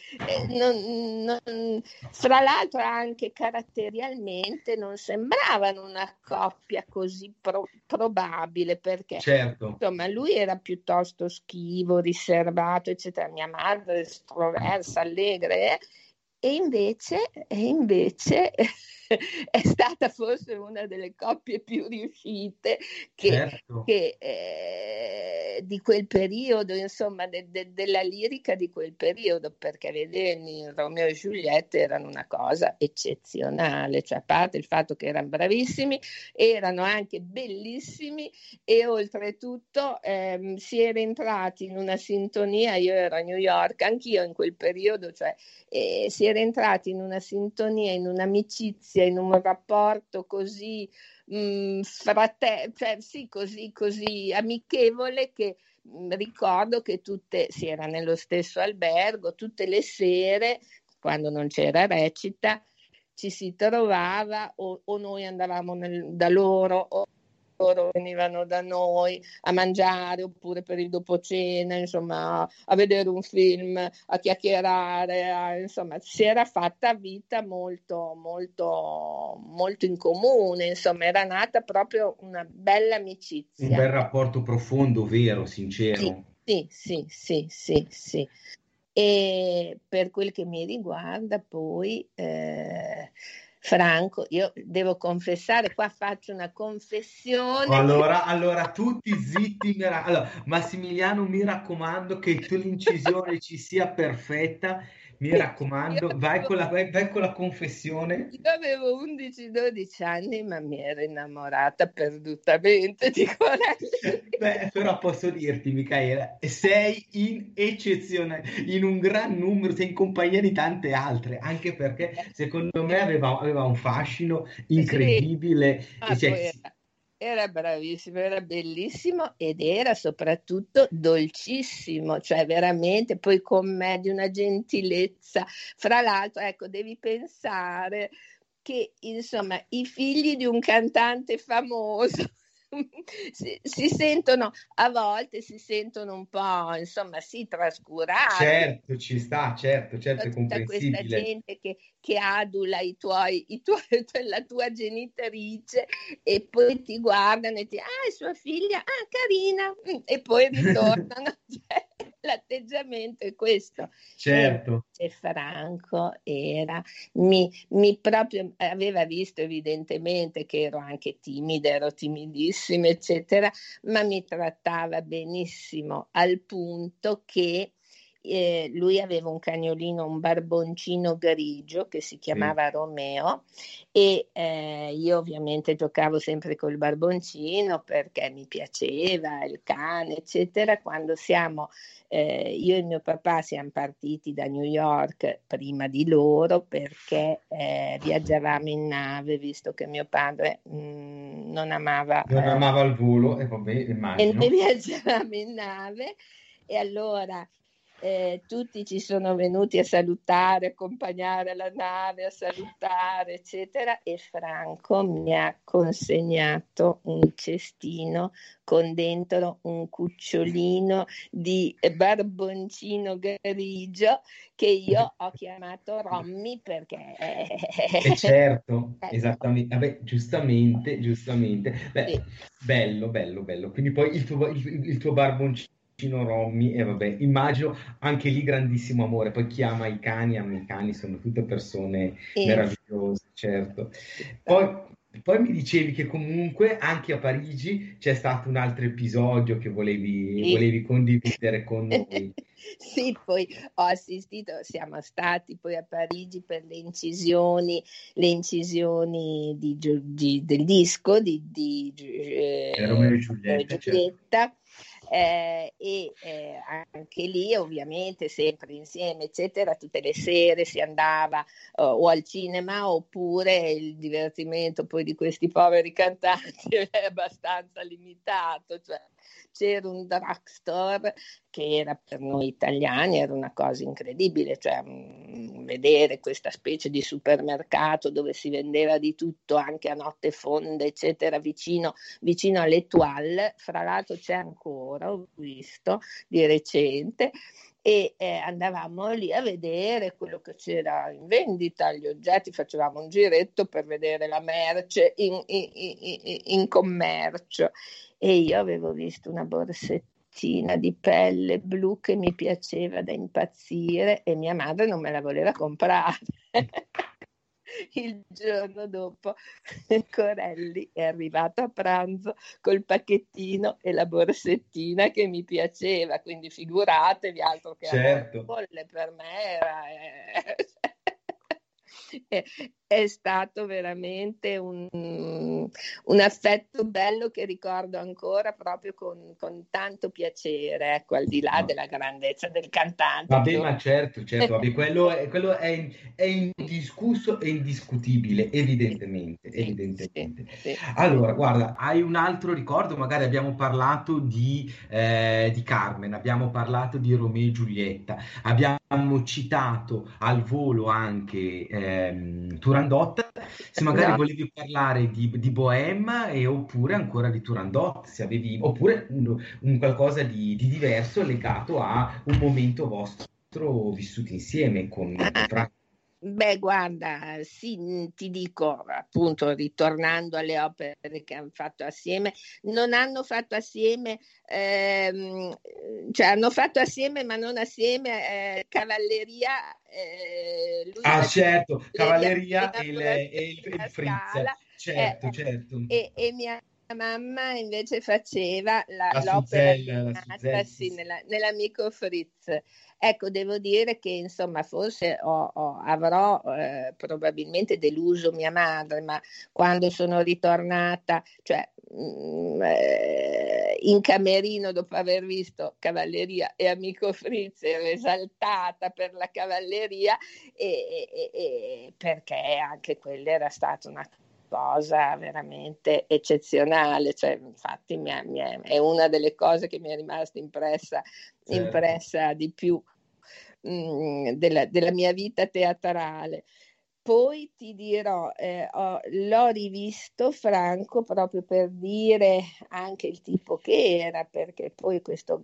fra l'altro anche caratterialmente non sembravano una coppia così probabile, perché insomma lui era piuttosto schivo, riservato, eccetera, mia madre estroversa, allegra, e invece è stata forse una delle coppie più riuscite
Certo.
di quel periodo, insomma, della lirica di quel periodo, perché vederli Romeo e Giulietta erano una cosa eccezionale, cioè a parte il fatto che erano bravissimi, erano anche bellissimi e oltretutto si era entrati in una sintonia. Io ero a New York, anch'io in quel periodo, cioè si era entrati in una sintonia, in un'amicizia, in un rapporto così cioè sì, così amichevole, che ricordo che si era nello stesso albergo, tutte le sere quando non c'era recita ci si trovava, o noi andavamo da loro, o loro venivano da noi a mangiare, oppure per il dopocena, insomma, a vedere un film, a chiacchierare, insomma, si era fatta vita molto, molto, molto in comune, insomma, era nata proprio una bella amicizia.
Un bel rapporto profondo, vero, sincero.
Sì. E per quel che mi riguarda, poi Franco, io devo confessare, qua faccio una confessione.
Allora tutti zitti. Allora, Massimiliano, mi raccomando che l'incisione ci sia perfetta. Mi raccomando, vai con la confessione.
Io avevo 11-12 anni, ma mi ero innamorata perdutamente di Corelli.
Beh, però posso dirti, Micaela, sei in un gran numero, sei in compagnia di tante altre, anche perché secondo me aveva un fascino incredibile.
Sì. Era bravissimo, era bellissimo ed era soprattutto dolcissimo, cioè veramente, poi con me di una gentilezza. Fra l'altro, ecco, devi pensare che, insomma, i figli di un cantante famoso si sentono, a volte si sentono un po', insomma, trascurati.
Certo, ci sta, certo, è comprensibile.
Questa gente che adula la tua genitrice, e poi ti guardano e ti è sua figlia, carina, e poi ritornano. L'atteggiamento è questo.
Certo.
E Franco proprio aveva visto evidentemente che ero anche timida, ero timidissima, eccetera, ma mi trattava benissimo, al punto che lui aveva un cagnolino, un barboncino grigio che si chiamava Romeo, e io ovviamente giocavo sempre col barboncino perché mi piaceva il cane, eccetera. Quando io e mio papà siamo partiti da New York prima di loro, perché viaggiavamo in nave, visto che mio padre non amava
il volo, e vabbè, immagino.
E noi viaggiavamo in nave, e allora tutti ci sono venuti a salutare, accompagnare la nave, a salutare, eccetera, e Franco mi ha consegnato un cestino con dentro un cucciolino di barboncino grigio che io ho chiamato Rommy, perché
certo, esattamente. Vabbè, giustamente. Beh, bello. Quindi poi il tuo barboncino Rommy, e vabbè, immagino anche lì grandissimo amore. Poi chi ama i cani sono tutte persone meravigliose, certo. Poi mi dicevi che comunque anche a Parigi c'è stato un altro episodio che volevi condividere con noi.
Sì, poi ho assistito, siamo stati poi a Parigi per le incisioni del disco di
Romeo e Giulietta.
Anche lì ovviamente sempre insieme, eccetera, tutte le sere si andava o al cinema, oppure il divertimento poi di questi poveri cantanti è abbastanza limitato, cioè c'era un drugstore che era, per noi italiani, era una cosa incredibile, cioè vedere questa specie di supermercato dove si vendeva di tutto, anche a notte fonda, eccetera, vicino all'Etoile. Fra l'altro c'è ancora, ho visto di recente, e andavamo lì a vedere quello che c'era in vendita, gli oggetti, facevamo un giretto per vedere la merce in commercio, e io avevo visto una borsettina di pelle blu che mi piaceva da impazzire, e mia madre non me la voleva comprare. Il giorno dopo Corelli è arrivato a pranzo col pacchettino e la borsettina che mi piaceva, quindi figuratevi, altro che
certo.
folle per me era... È stato veramente un affetto bello che ricordo ancora proprio con tanto piacere, ecco, al di là della grandezza del cantante.
Vabbè, ma certo, vabbè, quello è indiscusso e indiscutibile, evidentemente.
Sì.
Allora, guarda, hai un altro ricordo? Magari abbiamo parlato di Carmen, abbiamo parlato di Romeo e Giulietta, abbiamo citato al volo anche Turandot. Se magari volevi parlare di Bohème oppure ancora di Turandot, se avevi, oppure un qualcosa di diverso legato a un momento vostro vissuto insieme con Franco.
Beh, guarda, sì, ti dico, appunto, ritornando alle opere che hanno fatto assieme, non hanno fatto assieme, cioè hanno fatto assieme ma non assieme, Cavalleria.
Certo, Cavalleria e il Fritz, certo.
E mia mamma invece faceva l'opera nell'Amico Fritz. Ecco, devo dire che insomma forse avrò probabilmente deluso mia madre, ma quando sono ritornata, cioè in camerino dopo aver visto Cavalleria e Amico Fritz, ero esaltata per la Cavalleria e perché anche quella era stata una cosa veramente eccezionale, cioè infatti è una delle cose che mi è rimasta impressa di più della mia vita teatrale. Poi ti dirò, l'ho rivisto Franco proprio per dire anche il tipo che era, perché poi questo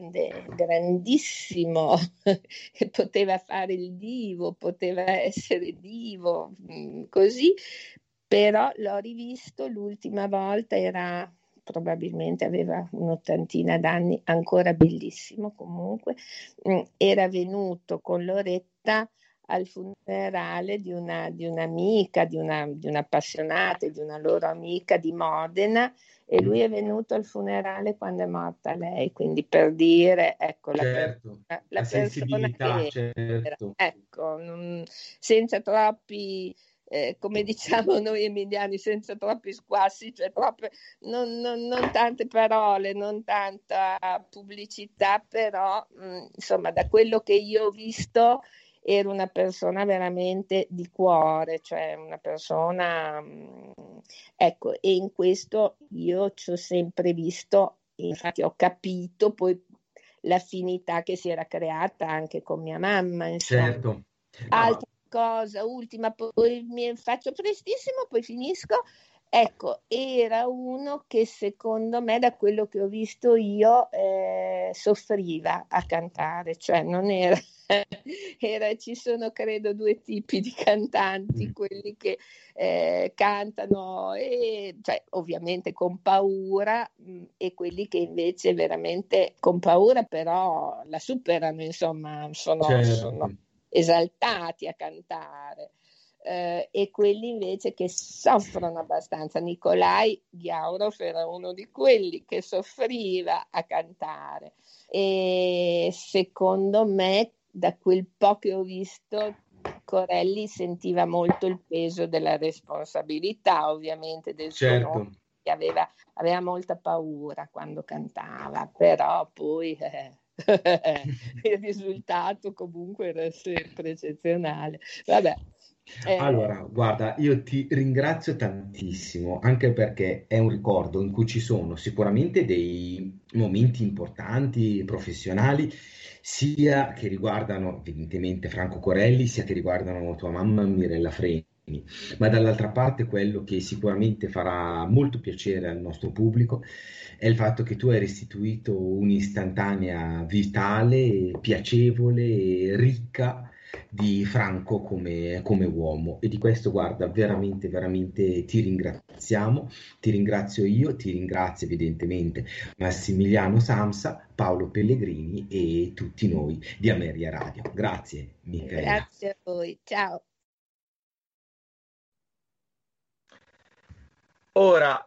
grandissimo che poteva fare il divo, poteva essere divo, così. Però l'ho rivisto l'ultima volta, probabilmente aveva un'ottantina d'anni, ancora bellissimo comunque, era venuto con Loretta al funerale di un'amica, di un'appassionata, di una loro amica di Modena, e lui è venuto al funerale quando è morta lei, quindi per dire, ecco, la
sensibilità,
che era, ecco, senza troppi... come diciamo noi emiliani, senza troppi squassi, cioè non tante parole, non tanta pubblicità, però insomma da quello che io ho visto era una persona veramente di cuore, cioè una persona, ecco, e in questo io ci ho sempre visto, infatti ho capito poi l'affinità che si era creata anche con mia mamma, insomma.
Certo.
Altra cosa, ultima, poi mi faccio prestissimo, poi finisco. Ecco, era uno che secondo me, da quello che ho visto io, soffriva a cantare, cioè non era, ci sono credo due tipi di cantanti, quelli che cantano cioè, ovviamente con paura, e quelli che invece veramente con paura però la superano, insomma, sono esaltati a cantare. E quelli invece che soffrono abbastanza. Nikolai Ghiaurov era uno di quelli che soffriva a cantare, e secondo me, da quel po' che ho visto, Corelli sentiva molto il peso della responsabilità, ovviamente, del suo nome, che aveva molta paura quando cantava, però poi il risultato comunque era sempre eccezionale. Vabbè.
Allora, guarda, io ti ringrazio tantissimo, anche perché è un ricordo in cui ci sono sicuramente dei momenti importanti, professionali, sia che riguardano evidentemente Franco Corelli, sia che riguardano tua mamma Mirella Freni, ma dall'altra parte quello che sicuramente farà molto piacere al nostro pubblico è il fatto che tu hai restituito un'istantanea vitale, piacevole, ricca di Franco come uomo, e di questo, guarda, veramente ti ringraziamo, ti ringrazio io, ti ringrazio evidentemente Massimiliano Samsa, Paolo Pellegrini e tutti noi di Ameria Radio. Grazie Micaela.
Grazie a voi, ciao.
Ora,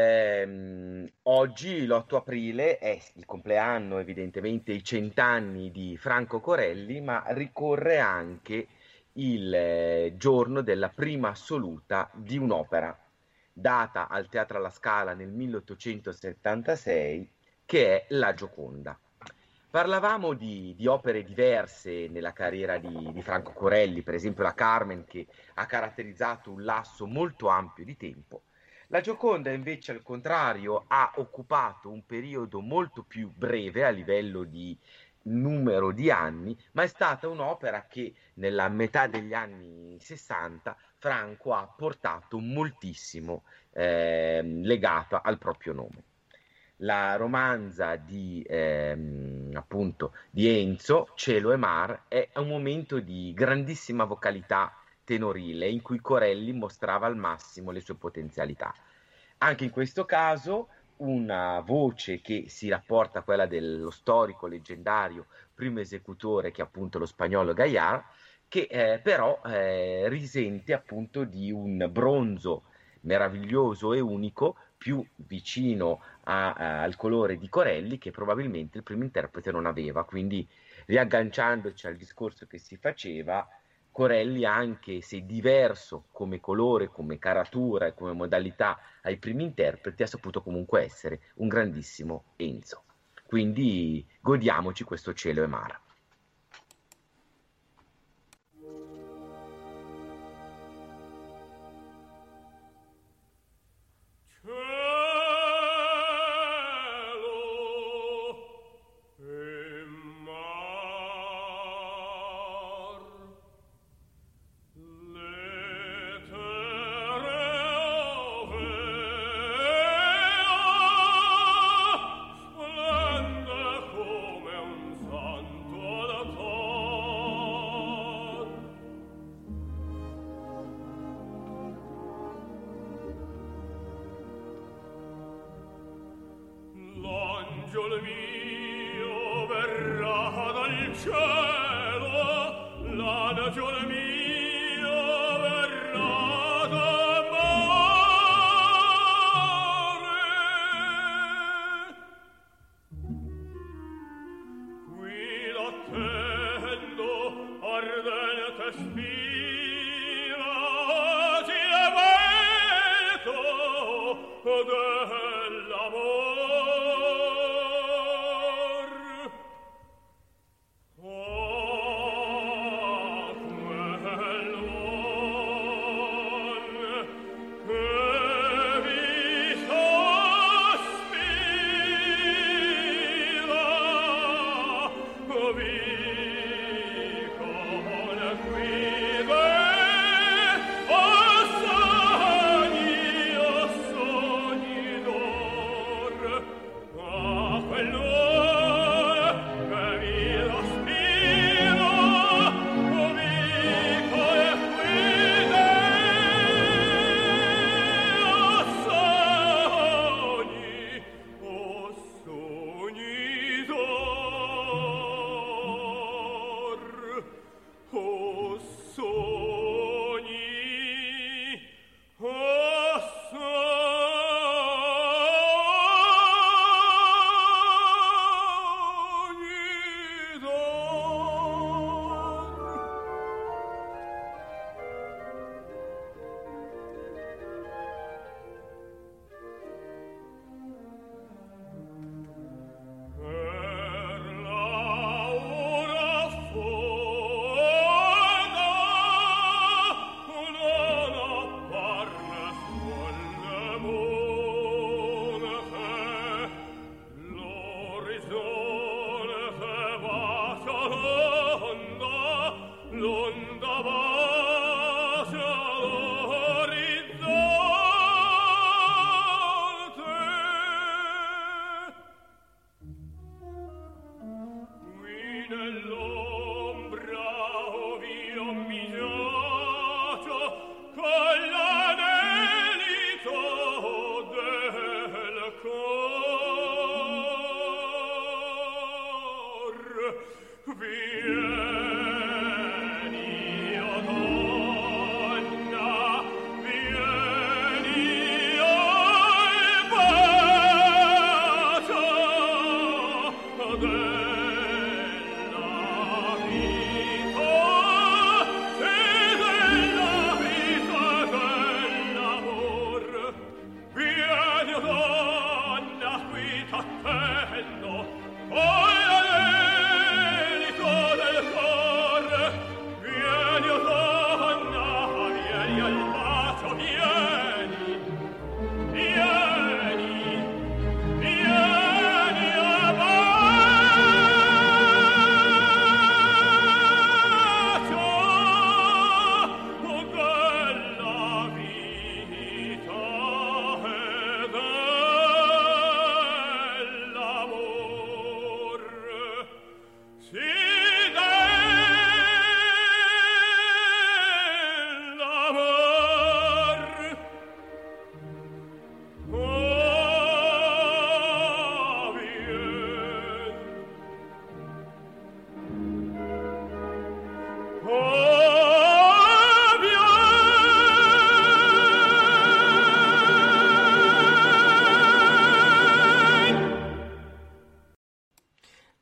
oggi, l'8 aprile, è il compleanno, evidentemente i 100 anni di Franco Corelli, ma ricorre anche il giorno della prima assoluta di un'opera, data al Teatro alla Scala nel 1876, che è La Gioconda. Parlavamo di opere diverse nella carriera di Franco Corelli, per esempio la Carmen, che ha caratterizzato un lasso molto ampio di tempo. La Gioconda invece, al contrario, ha occupato un periodo molto più breve a livello di numero di anni, ma è stata un'opera che nella metà degli anni 60 Franco ha portato moltissimo, legata al proprio nome. La romanza appunto di Enzo, Cielo e Mar, è un momento di grandissima vocalità tenorile in cui Corelli mostrava al massimo le sue potenzialità. Anche in questo caso una voce che si rapporta a quella dello storico leggendario primo esecutore, che è appunto lo spagnolo Gaillard, che però risente appunto di un bronzo meraviglioso e unico, più vicino al colore di Corelli, che probabilmente il primo interprete non aveva. Quindi, riagganciandoci al discorso che si faceva, Corelli, anche se diverso come colore, come caratura e come modalità ai primi interpreti, ha saputo comunque essere un grandissimo Enzo. Quindi godiamoci questo Cielo e Mar.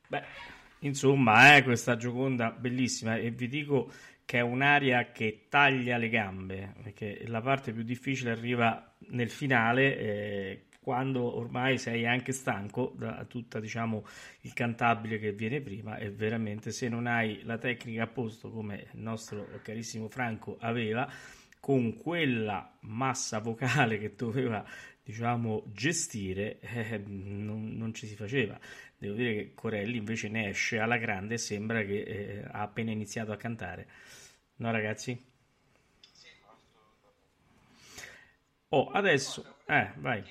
Beh, insomma, questa Gioconda bellissima, e vi dico che è un'aria che taglia le gambe, perché la parte più difficile arriva nel finale, quando ormai sei anche stanco da tutta, diciamo, il cantabile che viene prima, e veramente se non hai la tecnica a posto come il nostro carissimo Franco aveva, con quella massa vocale che doveva, diciamo, gestire, non ci si faceva. Devo dire che Corelli invece ne esce alla grande e sembra che ha appena iniziato a cantare. No, ragazzi? Oh, adesso... vai.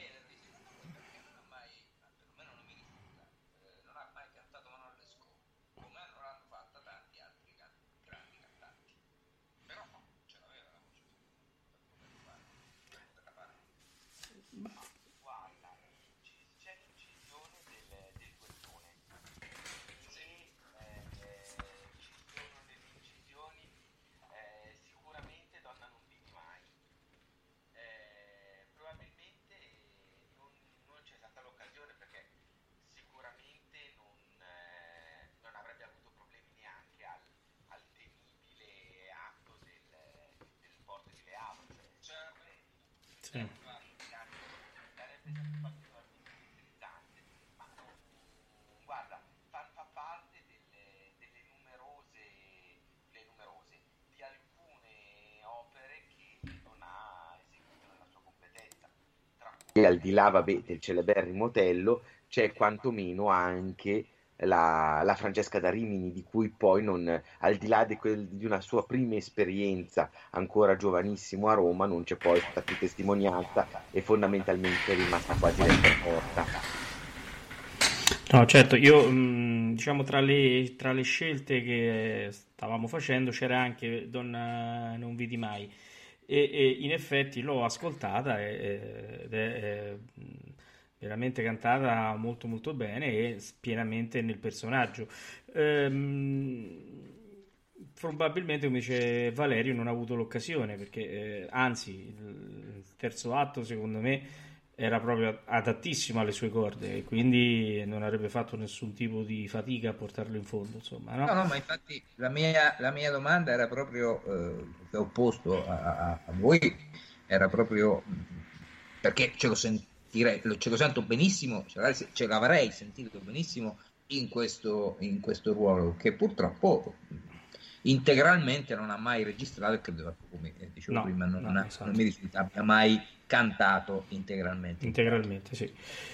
Sì.
Guarda, fa parte delle numerose di alcune opere che non ha eseguito nella sua completezza.
E al di là, vabbè, del celeberrimo Otello, c'è quantomeno anche la Francesca da Rimini, di cui poi non, al di là di una sua prima esperienza ancora giovanissimo a Roma, non c'è poi stata più testimonianza e fondamentalmente è rimasta quasi lettera morta.
No, certo, io diciamo tra le scelte che stavamo facendo c'era anche Donna non vidi mai, e in effetti l'ho ascoltata ed è veramente cantata molto molto bene e pienamente nel personaggio. Probabilmente, come dice Valerio, non ha avuto l'occasione perché anzi il terzo atto secondo me era proprio adattissimo alle sue corde e quindi non avrebbe fatto nessun tipo di fatica a portarlo in fondo, insomma, no?
No, ma infatti la mia domanda era proprio opposto a voi, era proprio perché ce lo sento benissimo, ce l'avrei sentito benissimo in questo ruolo, che purtroppo integralmente non ha mai registrato e credo, come dicevo prima,
esatto.
non mi risulta abbia mai cantato integralmente.
Integralmente, sì.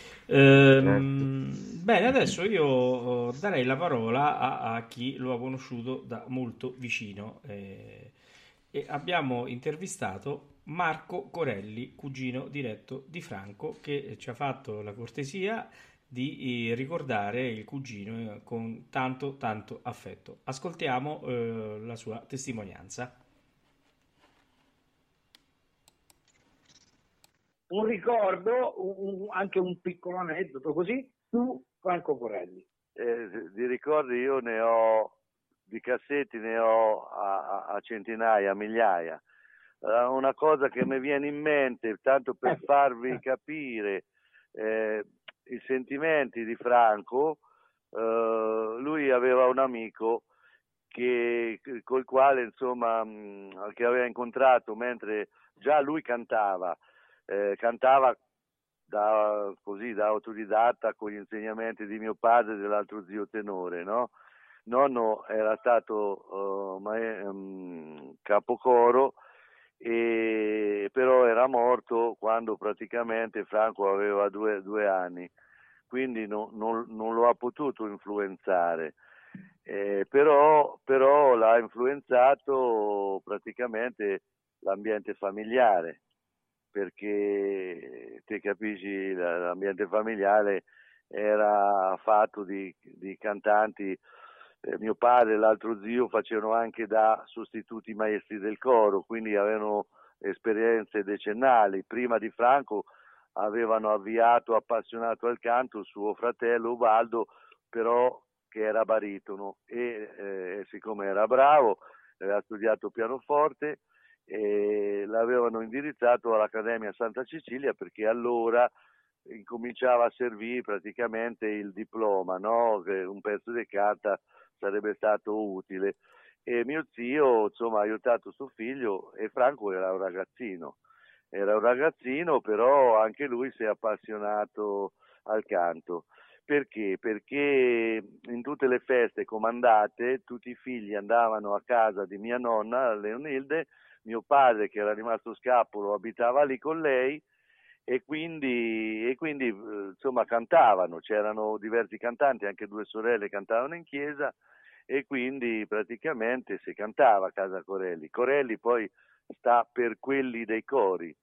Bene, adesso io darei la parola a chi lo ha conosciuto da molto vicino e abbiamo intervistato Marco Corelli, cugino diretto di Franco, che ci ha fatto la cortesia di ricordare il cugino con tanto tanto affetto. Ascoltiamo la sua testimonianza.
Un ricordo, anche un piccolo aneddoto così, su Franco Corelli.
Di ricordi io ne ho, di cassetti ne ho a centinaia, a migliaia. Una cosa che mi viene in mente, tanto per farvi capire i sentimenti di Franco, lui aveva un amico col quale, insomma, che aveva incontrato mentre già lui cantava da autodidatta con gli insegnamenti di mio padre e dell'altro zio tenore, no? Nonno era stato capocoro, però era morto quando praticamente Franco aveva due anni, quindi non lo ha potuto influenzare, però l'ha influenzato praticamente l'ambiente familiare, perché te capisci, l'ambiente familiare era fatto di cantanti. Mio padre e l'altro zio facevano anche da sostituti maestri del coro, quindi avevano esperienze decennali. Prima di Franco avevano avviato, appassionato al canto, suo fratello Ubaldo, però che era baritono e siccome era bravo, aveva studiato pianoforte, e l'avevano indirizzato all'Accademia Santa Cecilia, perché allora incominciava a servire praticamente il diploma, no? Che un pezzo di carta sarebbe stato utile. E mio zio, insomma, ha aiutato suo figlio, e Franco era un ragazzino, però anche lui si è appassionato al canto. Perché? Perché in tutte le feste comandate tutti i figli andavano a casa di mia nonna, Leonilde, mio padre, che era rimasto scapolo, abitava lì con lei, e quindi insomma cantavano, c'erano diversi cantanti, anche due sorelle cantavano in chiesa, e quindi praticamente si cantava a casa Corelli. Corelli poi sta per quelli dei cori.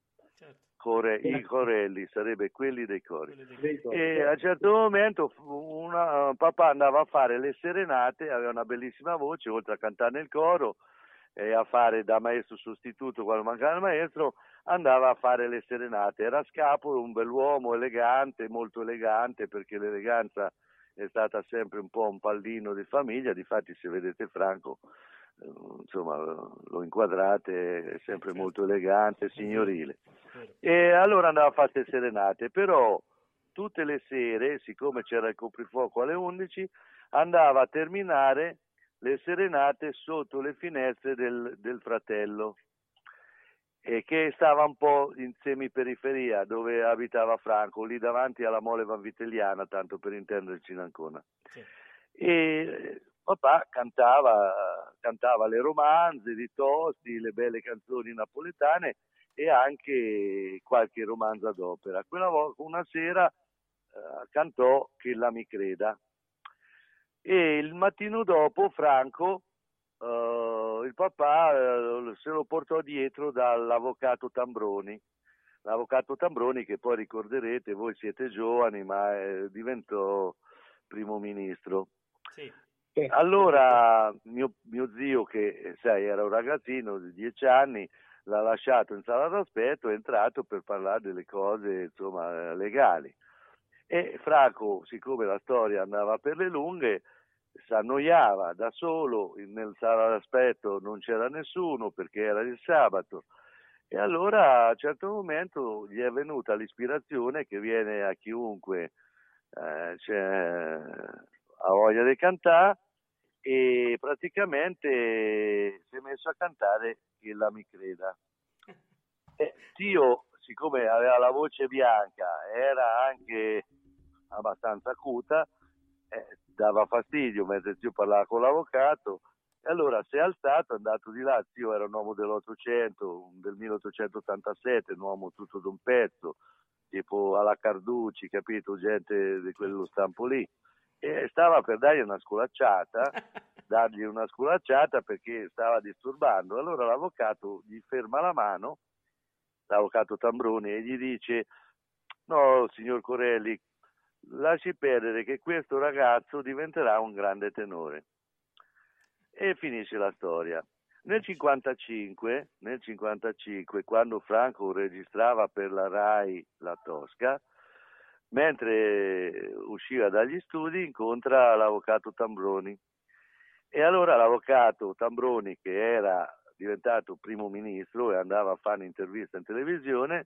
I Corelli sarebbe quelli dei cori. E a un certo momento papà andava a fare le serenate, aveva una bellissima voce, oltre a cantare nel coro e a fare da maestro sostituto quando mancava il maestro, andava a fare le serenate. Era scapolo, un bell'uomo, elegante, molto elegante, perché l'eleganza è stata sempre un po' un pallino di famiglia. Difatti, se vedete Franco, insomma, lo inquadrate, è sempre molto elegante, signorile. E allora andava a fare le serenate, però tutte le sere, siccome c'era il coprifuoco alle 11, andava a terminare le serenate sotto le finestre del fratello, che stava un po' in semiperiferia, dove abitava Franco, lì davanti alla Mole Vanvitelliana, tanto per intenderci in Ancona. Sì. E papà cantava le romanze di Tosti, le belle canzoni napoletane, e anche qualche romanza d'opera. Una sera cantò Che la mi creda, e il mattino dopo Franco, il papà se lo portò dietro dall'avvocato Tambroni. L'avvocato Tambroni, che poi ricorderete, voi siete giovani, ma diventò primo ministro. Sì. Allora mio zio, che sai, era un ragazzino di 10 anni, l'ha lasciato in sala d'aspetto, è entrato per parlare delle cose, insomma, legali. E Franco, siccome la storia andava per le lunghe, si annoiava da solo, nel sala d'aspetto non c'era nessuno perché era il sabato, e allora a un certo momento gli è venuta l'ispirazione che viene a chiunque ha voglia di cantare, e praticamente si è messo a cantare Che la mi creda. Zio, siccome aveva la voce bianca, era anche abbastanza acuta, dava fastidio mentre zio parlava con l'avvocato, e allora si è alzato, è andato di là. Zio era un uomo dell'800, del 1887, un uomo tutto d'un pezzo, tipo alla Carducci, capito, gente di quello stampo lì, e stava per dargli una sculacciata perché stava disturbando. Allora l'avvocato gli ferma la mano, l'avvocato Tambroni, e gli dice: no, signor Corelli, lasci perdere che questo ragazzo diventerà un grande tenore. E finisce la storia. Nel 55, quando Franco registrava per la RAI La Tosca, mentre usciva dagli studi, incontra l'avvocato Tambroni. E allora l'avvocato Tambroni, che era diventato primo ministro e andava a fare un'intervista in televisione,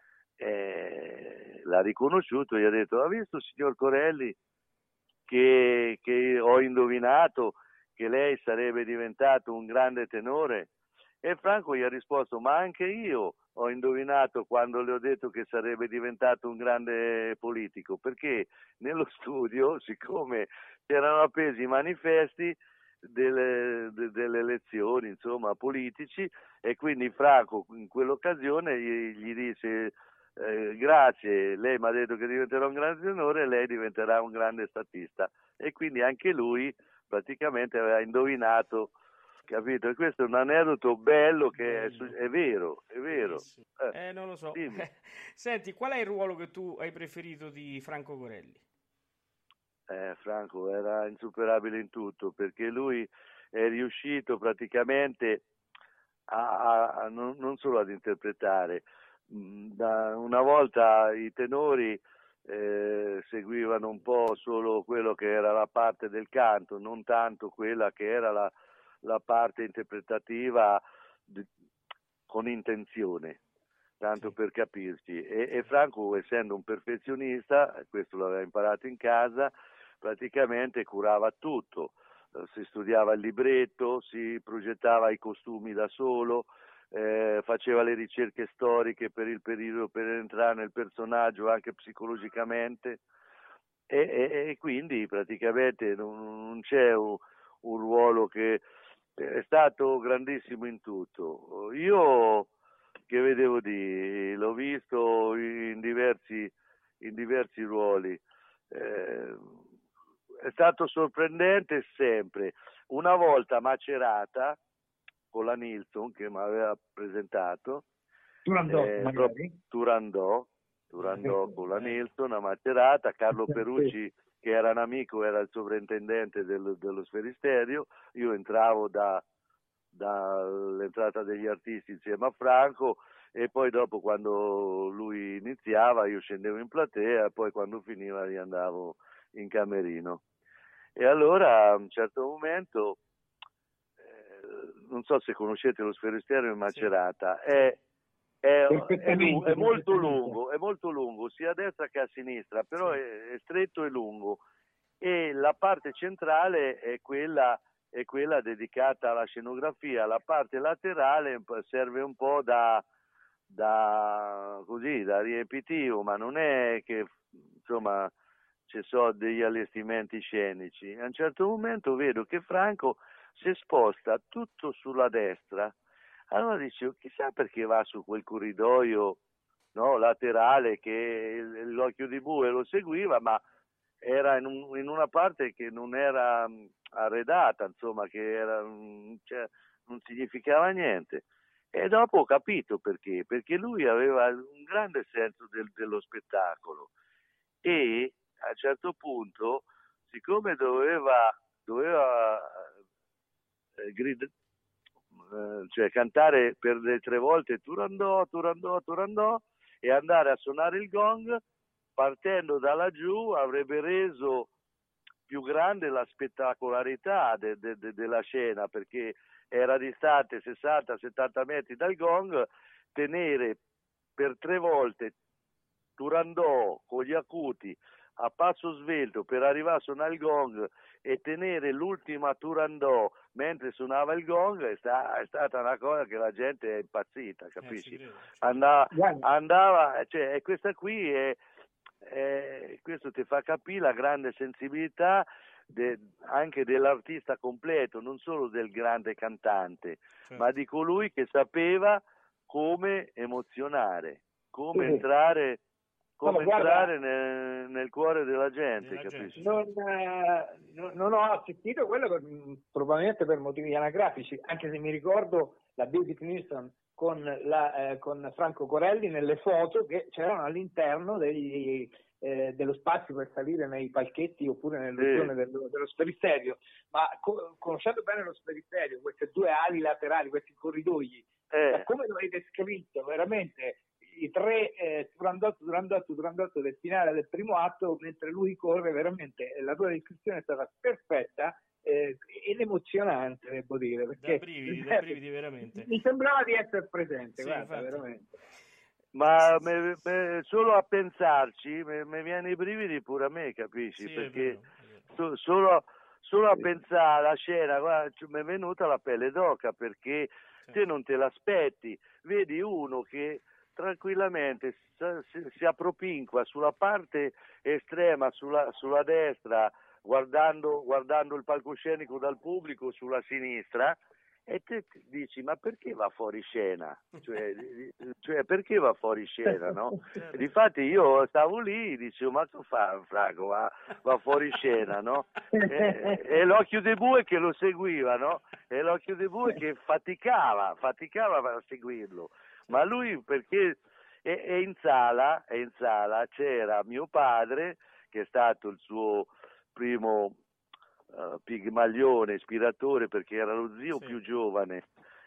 l'ha riconosciuto e gli ha detto: ha visto, signor Corelli, che ho indovinato che lei sarebbe diventato un grande tenore? E Franco gli ha risposto: ma anche io ho indovinato quando le ho detto che sarebbe diventato un grande politico, perché nello studio, siccome c'erano appesi i manifesti delle elezioni, insomma, politici, e quindi Franco in quell'occasione gli disse: grazie, lei mi ha detto che diventerò un grande tenore e lei diventerà un grande statista. E quindi anche lui praticamente aveva indovinato, capito? E questo è un aneddoto bello che è vero.
Non lo so. Senti, qual è il ruolo che tu hai preferito di Franco Corelli?
Franco era insuperabile in tutto, perché lui è riuscito praticamente non solo ad interpretare. Una volta i tenori seguivano un po' solo quello che era la parte del canto, non tanto quella che era la parte interpretativa con intenzione. tanto per capirci. E Franco, essendo un perfezionista, questo l'aveva imparato in casa, praticamente curava tutto. Si studiava il libretto, si progettava i costumi da solo, faceva le ricerche storiche per il periodo, per entrare nel personaggio anche psicologicamente, e quindi praticamente non c'è un ruolo che è stato grandissimo in tutto. Io, che vedevo di, l'ho visto in diversi ruoli. È stato sorprendente sempre. Una volta a Macerata con la Nilsson che mi aveva presentato, Turandot con la Nilsson a Macerata, Carlo Perucci che era un amico, era il sovrintendente dello Sferisterio, io entravo dall'entrata degli artisti insieme a Franco, e poi dopo, quando lui iniziava, io scendevo in platea, e poi quando finiva riandavo in camerino. E allora a un certo momento, non so se conoscete lo Sferisterio in Macerata, è molto lungo sia a destra che a sinistra, però è stretto e lungo, e la parte centrale è quella dedicata alla scenografia, la parte laterale serve un po' da riempitivo, ma non è che insomma ci sono degli allestimenti scenici. A un certo momento vedo che Franco si sposta tutto sulla destra, allora dicevo, chissà perché va su quel corridoio, no, laterale, che l'occhio di bue lo seguiva, ma era in una parte che non era arredata, insomma, che era, cioè, non significava niente. E dopo ho capito perché lui aveva un grande senso dello spettacolo, e a un certo punto, siccome doveva cioè cantare per le 3 volte Turandot, Turandot, Turandot, e andare a suonare il gong, partendo da laggiù avrebbe reso più grande la spettacolarità della scena, perché era distante 60-70 metri dal gong, tenere per 3 volte Turandot con gli acuti a passo svelto per arrivare a suonare il gong e tenere l'ultima Turandot mentre suonava il gong è stata una cosa che la gente è impazzita, capisci? Andava, cioè, e questa qui questo ti fa capire la grande sensibilità anche dell'artista completo, non solo del grande cantante, ma di colui che sapeva come emozionare, come entrare nel cuore della gente, capisci?
Non ho assistito quello probabilmente per motivi anagrafici, anche se mi ricordo la Birgit Nilsson con Franco Corelli nelle foto che c'erano all'interno dello spazio per salire nei palchetti oppure nelle zone dello Sferisterio, ma conoscendo bene lo Sferisterio, queste 2 ali laterali, questi corridoi, come lo hai descritto, veramente i 3 Turandot del finale del primo atto, mentre lui corre, veramente la tua descrizione è stata perfetta ed emozionante, devo dire, perché
da brividi veramente.
Mi sembrava di essere presente,
sì,
guarda, veramente.
Ma solo a pensarci mi viene i brividi pure a me, capisci?
Sì,
perché
è vero.
solo a pensare alla scena, guarda, mi è venuta la pelle d'oca, perché te non te l'aspetti, vedi uno che tranquillamente si appropinqua sulla parte estrema, sulla destra, guardando il palcoscenico dal pubblico sulla sinistra, e te dici, ma perché va fuori scena? Cioè perché va fuori scena, no? Difatti io stavo lì, dicevo, ma cosa fa Franco? Va fuori scena, no? E l'occhio di bue che lo seguiva, no? E l'occhio di bue che faticava a seguirlo. Ma lui, perché in sala c'era mio padre, che è stato il suo primo Pigmalione, ispiratore, perché era lo zio più giovane,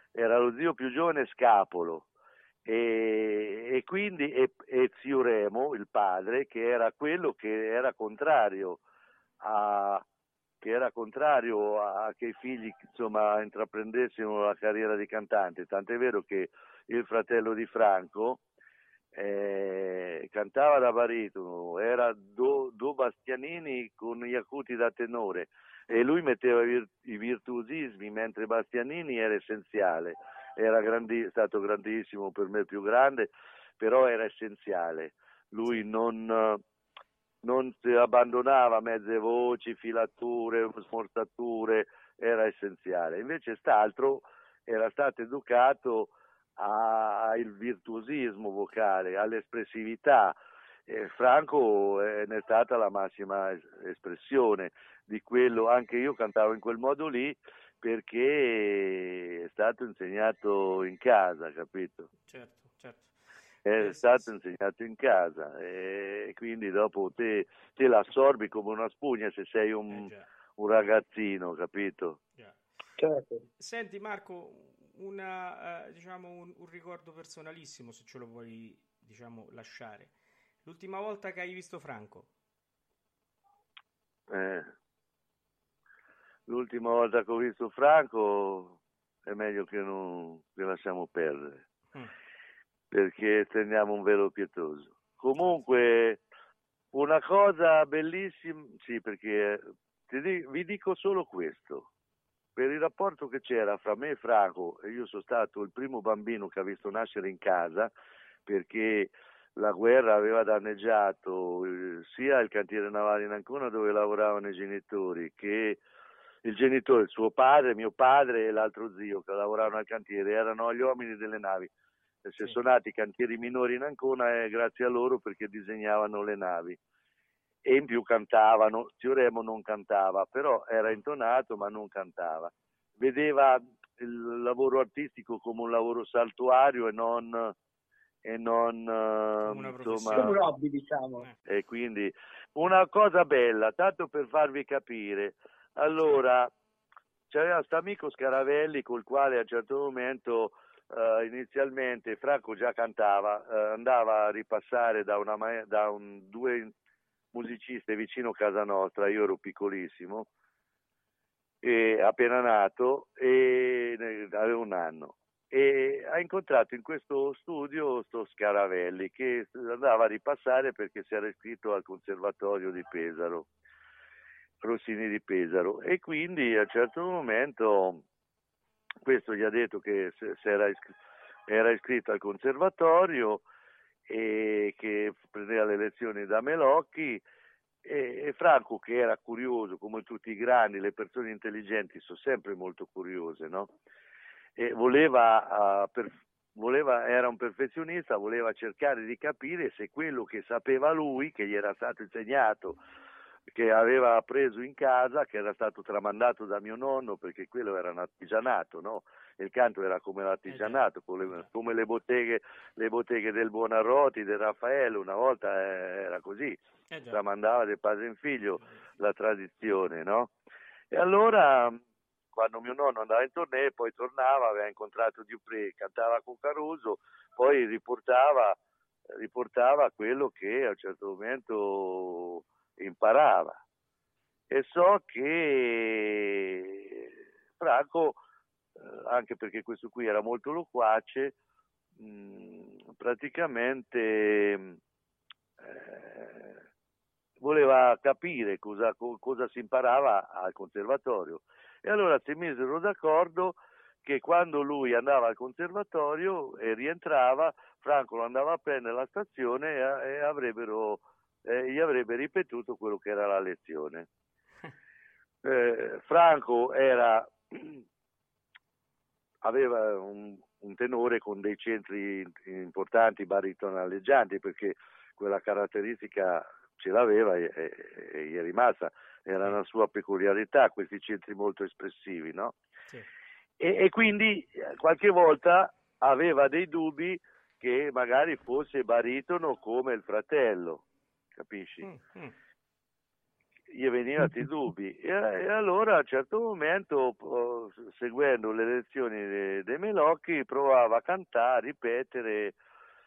Scapolo, e quindi e zio Remo, il padre, che era quello che era contrario a che i figli, insomma, intraprendessero la carriera di cantante, tant'è vero che il fratello di Franco cantava da baritono, era do Bastianini con gli acuti da tenore, e lui metteva i virtuosismi, mentre Bastianini era essenziale, era stato grandissimo, per me il più grande, però era essenziale. Lui non si abbandonava mezze voci, filature, smorzature, era essenziale. Invece quest'altro era stato educato al virtuosismo vocale, all'espressività. Franco ne è stata la massima espressione di quello. Anche io cantavo in quel modo lì perché è stato insegnato in casa, capito?
Certo.
È stato insegnato in casa, e quindi dopo te l'assorbi come una spugna se sei un ragazzino, capito?
Certo.
Senti Marco, diciamo un ricordo personalissimo, se ce lo vuoi, diciamo, lasciare. L'ultima volta che hai visto Franco?
L'ultima volta che ho visto Franco è meglio che lasciamo perdere, perché stendiamo un velo pietoso. Comunque, una cosa bellissima, sì, perché vi dico solo questo. Per il rapporto che c'era fra me e Franco, e io sono stato il primo bambino che ha visto nascere in casa, perché la guerra aveva danneggiato sia il cantiere navale in Ancona dove lavoravano i genitori, che il genitore, suo padre, mio padre e l'altro zio che lavoravano al cantiere, erano gli uomini delle navi. E se sono nati cantieri minori in Ancona è grazie a loro, perché disegnavano le navi. E in più cantavano. Zio Remo non cantava, però era intonato ma non cantava. Vedeva il lavoro artistico come un lavoro saltuario e non
una
insomma,
come un hobby, diciamo.
E quindi una cosa bella, tanto per farvi capire. Allora, c'era questo amico Scaravelli col quale a un certo momento inizialmente Franco già cantava, andava a ripassare da due musiciste vicino a casa nostra. Io ero piccolissimo, appena nato, e avevo 1 anno, e ha incontrato in questo studio sto Scaravelli che andava a ripassare perché si era iscritto al Conservatorio di Pesaro, Rossini di Pesaro, e quindi a un certo momento questo gli ha detto che era iscritto al conservatorio e che prendeva le lezioni da Melocchi, e Franco, che era curioso come tutti i grandi, le persone intelligenti sono sempre molto curiose, no? E era un perfezionista, voleva cercare di capire se quello che sapeva lui, che gli era stato insegnato, che aveva appreso in casa, che era stato tramandato da mio nonno, perché quello era un artigianato, no? Il canto era come l'artigianato, come le botteghe del Buonarroti, del Raffaello, una volta era così, tramandava del padre in figlio la tradizione, no? E allora, quando mio nonno andava in tournée, poi tornava, aveva incontrato Dupré, cantava con Caruso, poi riportava quello che a un certo momento imparava. E so che Franco, anche perché questo qui era molto loquace, praticamente voleva capire cosa si imparava al conservatorio, e allora si misero d'accordo che quando lui andava al conservatorio e rientrava, Franco lo andava a prendere alla stazione e gli avrebbe ripetuto quello che era la lezione. Franco aveva un tenore con dei centri importanti baritonalleggianti, perché quella caratteristica ce l'aveva e gli è rimasta, era una sua peculiarità, questi centri molto espressivi, no? Sì. E quindi qualche volta aveva dei dubbi che magari fosse baritono come il fratello, capisci? Gli venivano dei dubbi, e allora a un certo momento, seguendo le lezioni dei Melocchi, provava a cantare, a ripetere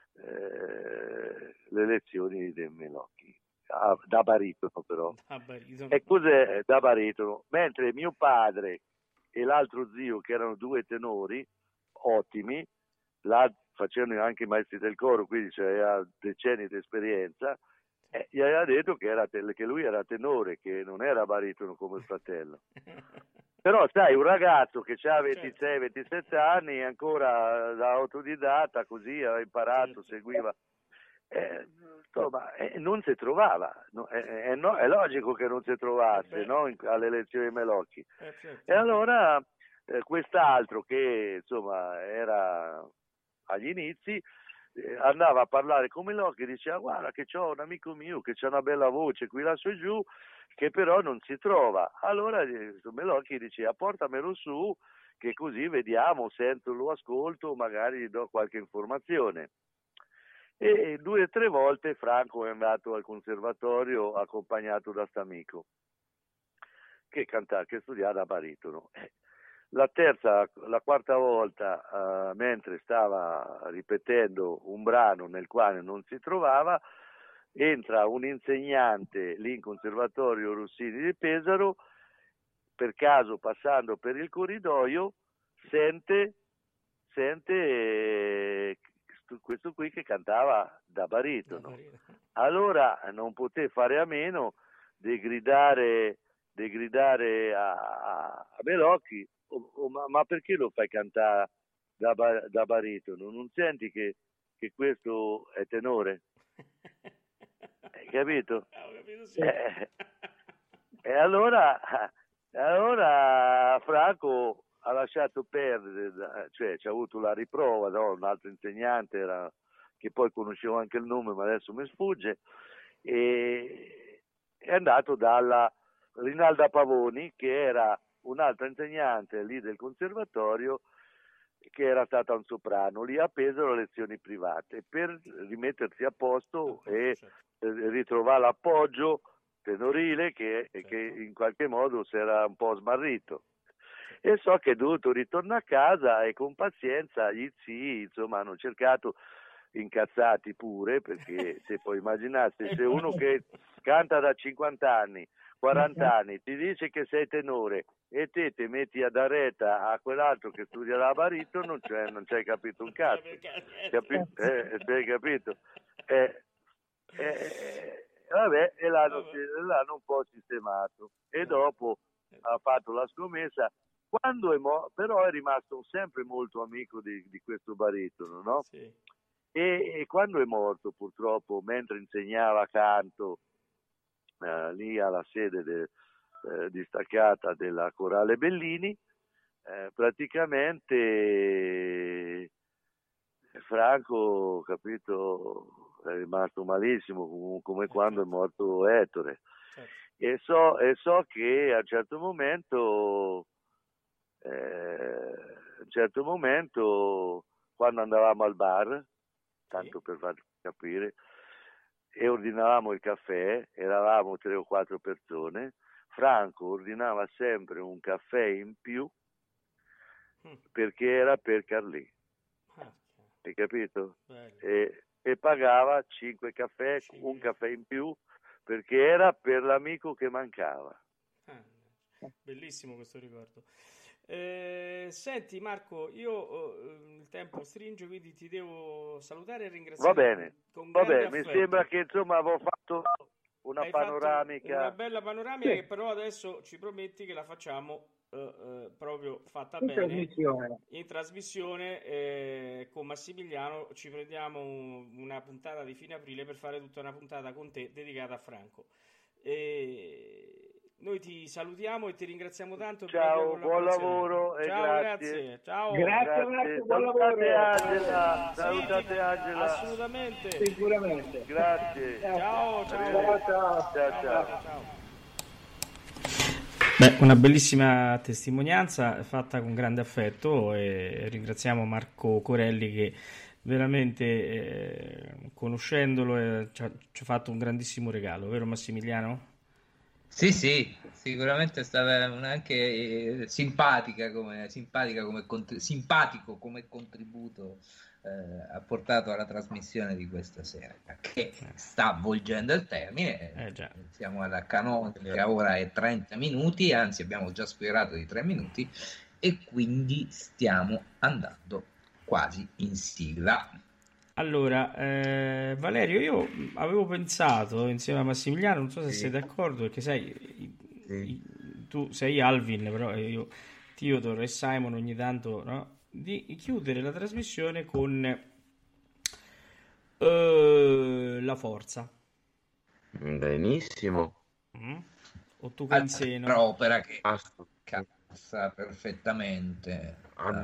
le lezioni dei Melocchi, da baritono però. E cos'è da baritono? Mentre mio padre e l'altro zio, che erano 2 tenori ottimi, facendo anche i maestri del coro, quindi aveva decenni di esperienza, gli aveva detto che lui era tenore, che non era baritono come il fratello. Però sai, un ragazzo che ha 26-27 anni, ancora da autodidatta, così aveva imparato, seguiva, insomma, non si trovava, è logico che non si trovasse, no? Alle lezioni Melocchi. E allora quest'altro che insomma era agli inizi, andava a parlare con Melocchi e diceva: guarda che c'ho un amico mio che c'ha una bella voce qui là su e giù, che però non si trova. Allora Melocchi diceva: portamelo su, che così vediamo, sento, lo ascolto, magari gli do qualche informazione. E 2 o 3 volte Franco è andato al conservatorio accompagnato da st'amico che studiava baritono. La quarta volta, mentre stava ripetendo un brano nel quale non si trovava, entra un insegnante lì in conservatorio Rossini di Pesaro, per caso passando per il corridoio sente questo qui che cantava da baritono. Allora non poté fare a meno di gridare a Melocchi: ma perché lo fai cantare da baritono? Non senti che questo è tenore? Hai capito?
Sì.
E allora Franco ha lasciato perdere, cioè ci ha avuto la riprova, no? Un altro insegnante che poi conoscevo anche il nome, ma adesso mi sfugge, e è andato dalla Rinalda Pavoni, che era un'altra insegnante lì del conservatorio, che era stata un soprano. Lì a Pesaro lezioni private per rimettersi a posto e ritrovare l'appoggio tenorile che in qualche modo si era un po' smarrito. E so che è dovuto ritornare a casa e con pazienza gli zii, insomma, hanno cercato, incazzati pure, perché se puoi immaginarsi, se uno che canta da 50 anni, 40 anni, ti dice che sei tenore e te ti metti a dar retta a quell'altro che studia la baritono, cioè non ci hai capito un cazzo. Hai capito? Vabbè, e l'hanno un po' sistemato. E dopo ha fatto la scommessa. Quando però è rimasto sempre molto amico di questo baritono, no?
Sì.
E quando è morto, purtroppo, mentre insegnava canto lì alla sede distaccata della Corale Bellini, praticamente Franco, capito, è rimasto malissimo, come quando è morto Ettore. E so che a un certo momento, quando andavamo al bar, tanto per farvi capire, e ordinavamo il caffè, eravamo 3 o 4 persone, Franco ordinava sempre un caffè in più perché era per Carlì, hai capito? E pagava 5 caffè, un caffè in più, perché era per l'amico che mancava.
Bellissimo questo ricordo. Senti Marco, io il tempo stringe, quindi ti devo salutare e ringraziare.
Va bene, mi sembra che insomma avevo fatto una panoramica.
Una bella panoramica, che però adesso ci prometti che la facciamo proprio fatta bene in trasmissione con Massimiliano. Ci prendiamo una puntata di fine aprile per fare tutta una puntata con te dedicata a Franco. Noi ti salutiamo e ti ringraziamo tanto.
Ciao, buon lavoro.
Ciao, grazie. Ciao.
Grazie Marco, buon lavoro.
Salutate Angela.
Assolutamente.
Sicuramente.
Grazie.
Ciao.
Ciao.
Beh, una bellissima testimonianza fatta con grande affetto, e ringraziamo Marco Corelli che veramente conoscendolo ci ha fatto un grandissimo regalo, vero Massimiliano?
Sì, sicuramente è stata anche simpatico come contributo apportato alla trasmissione di questa sera, che sta volgendo il termine. Siamo alla canonica ora è 30 minuti, anzi abbiamo già sfiorato di 3 minuti, e quindi stiamo andando quasi in sigla.
Allora, Valerio, io avevo pensato insieme a Massimiliano, non so se sei d'accordo, perché sai, tu sei Alvin, però io, Theodore e Simon ogni tanto, no? Di chiudere la trasmissione con la forza.
Benissimo.
O tu che inseno.
Opera che cassa perfettamente.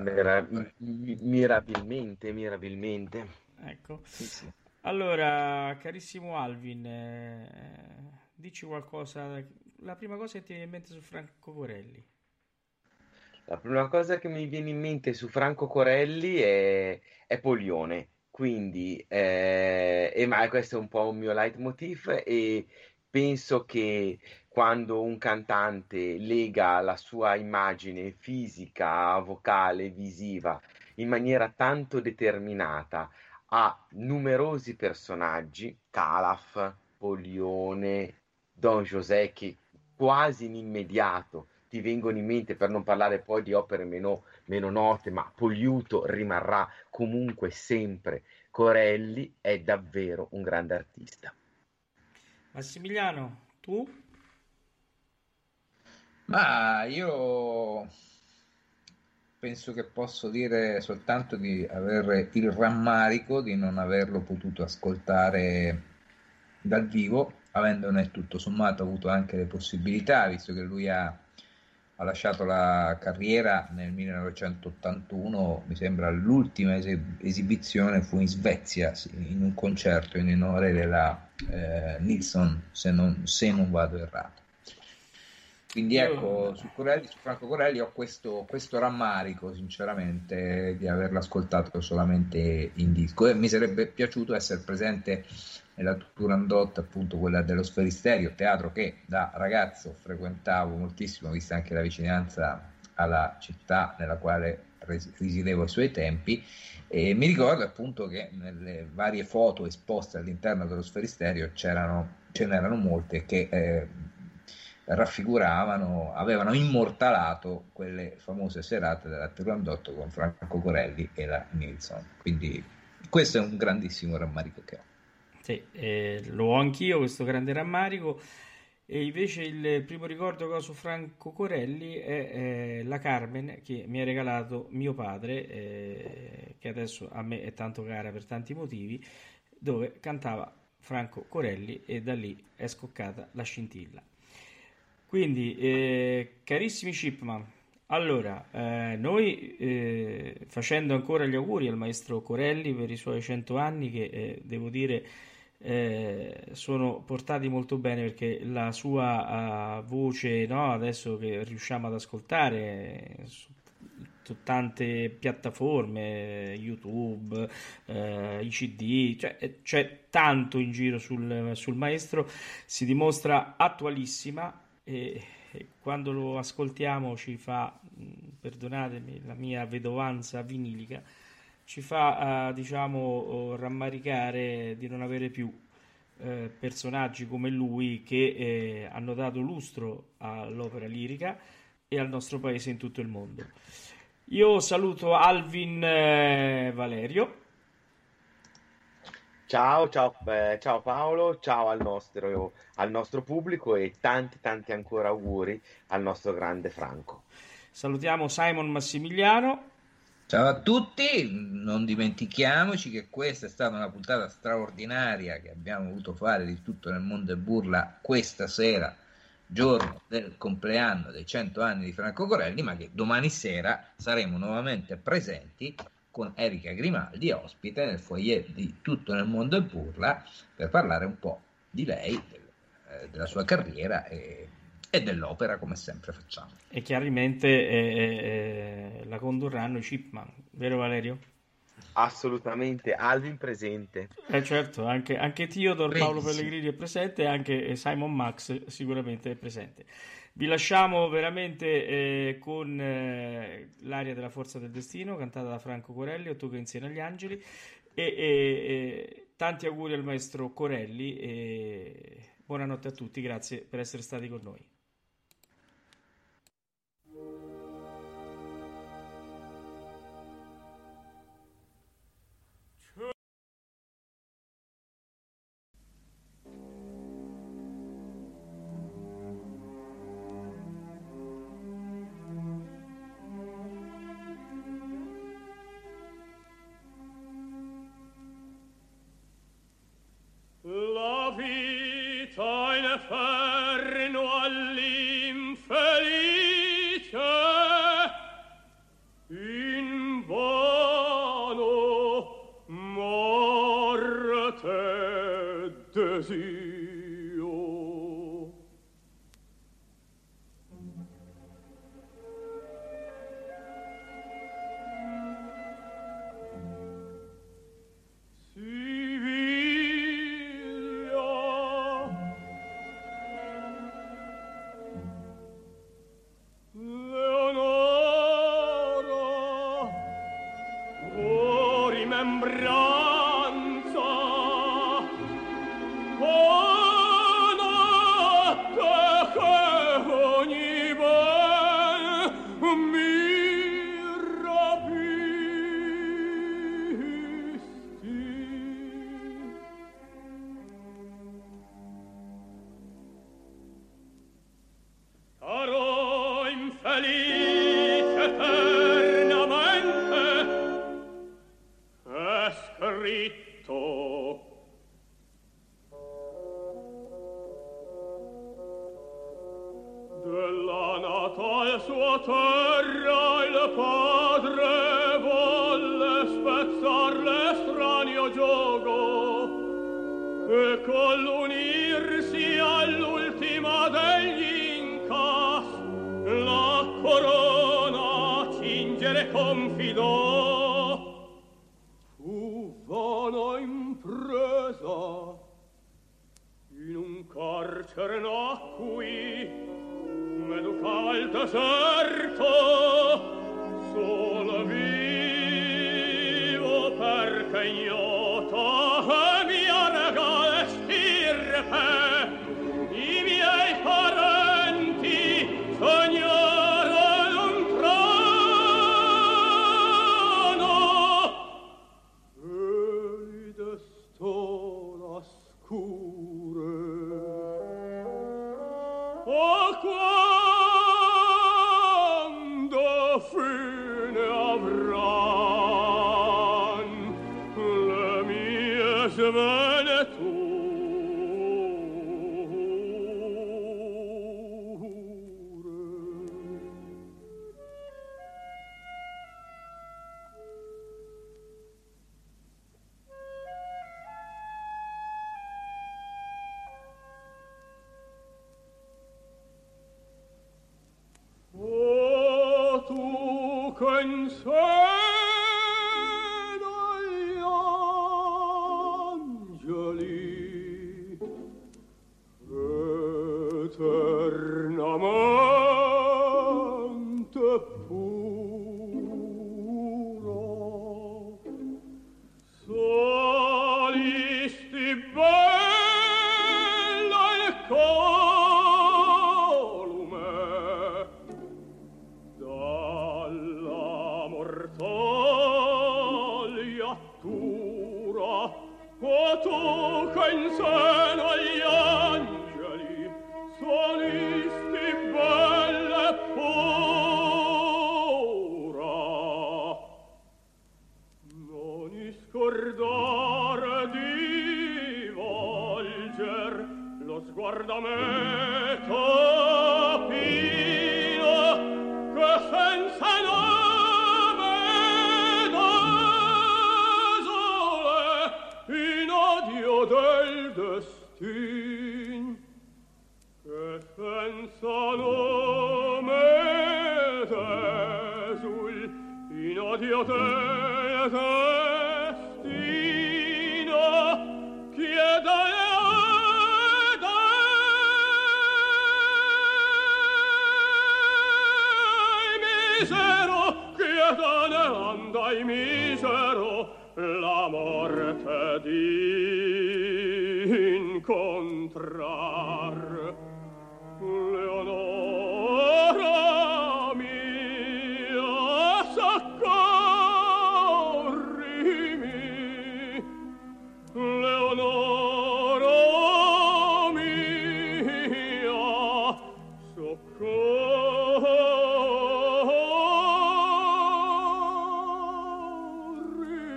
Mirabilmente.
Ecco.
Sì.
Allora, carissimo Alvin, dici qualcosa, la prima cosa che ti viene in mente su Franco Corelli.
La prima cosa che mi viene in mente su Franco Corelli è Polione, quindi ma questo è un po' un mio leitmotiv e penso che quando un cantante lega la sua immagine fisica, vocale, visiva in maniera tanto determinata a numerosi personaggi, Calaf, Polione, Don José, che quasi in immediato ti vengono in mente, per non parlare poi di opere meno note, ma Poliuto rimarrà comunque sempre. Corelli è davvero un grande artista.
Massimiliano, tu?
Ma io penso che posso dire soltanto di avere il rammarico di non averlo potuto ascoltare dal vivo, avendone tutto sommato avuto anche le possibilità, visto che lui ha lasciato la carriera nel 1981, mi sembra l'ultima esibizione fu in Svezia, in un concerto in onore della Nilsson, se non vado errato. Quindi ecco, su Franco Corelli ho questo rammarico, sinceramente, di averlo ascoltato solamente in disco, e mi sarebbe piaciuto essere presente nella Turandot, appunto quella dello Sferisterio, teatro che da ragazzo frequentavo moltissimo, vista anche la vicinanza alla città nella quale risiedevo ai suoi tempi, e mi ricordo appunto che nelle varie foto esposte all'interno dello Sferisterio ce n'erano molte che avevano immortalato quelle famose serate della Turandot con Franco Corelli e la Nilsson. Quindi questo è un grandissimo rammarico che ho.
Sì, lo ho anch'io questo grande rammarico, e invece il primo ricordo che ho su Franco Corelli è la Carmen che mi ha regalato mio padre, che adesso a me è tanto cara per tanti motivi, dove cantava Franco Corelli e da lì è scoccata la scintilla. Quindi, carissimi Chipman, allora, noi facendo ancora gli auguri al maestro Corelli per i suoi 100 anni, che devo dire sono portati molto bene, perché la sua voce, no, adesso che riusciamo ad ascoltare su tante piattaforme, YouTube, i CD, cioè c'è tanto in giro sul maestro, si dimostra attualissima. E quando lo ascoltiamo ci fa, perdonatemi la mia vedovanza vinilica, ci fa diciamo rammaricare di non avere più personaggi come lui che hanno dato lustro all'opera lirica e al nostro paese in tutto il mondo. Io saluto Alvin Valerio.
Ciao Paolo, ciao al nostro pubblico e tanti ancora auguri al nostro grande Franco.
Salutiamo Simon Massimiliano.
Ciao a tutti, non dimentichiamoci che questa è stata una puntata straordinaria che abbiamo voluto fare di Tutto nel mondo e burla questa sera, giorno del compleanno dei 100 anni di Franco Corelli, ma che domani sera saremo nuovamente presenti con Erika Grimaldi, ospite nel foyer di Tutto nel mondo e burla, per parlare un po' di lei, della sua carriera e dell'opera, come sempre facciamo.
E chiaramente la condurranno i Chipman, vero Valerio?
Assolutamente, Alvin presente.
Certo, anche Theodore, Paolo Pellegrini è presente, e anche Simon Max sicuramente è presente. Vi lasciamo veramente con l'aria della Forza del Destino, cantata da Franco Corelli, O tu che insegni agli angeli, e tanti auguri al maestro Corelli e buonanotte a tutti, grazie per essere stati con noi.
vita in inferno all'infelice, in vano morte desio.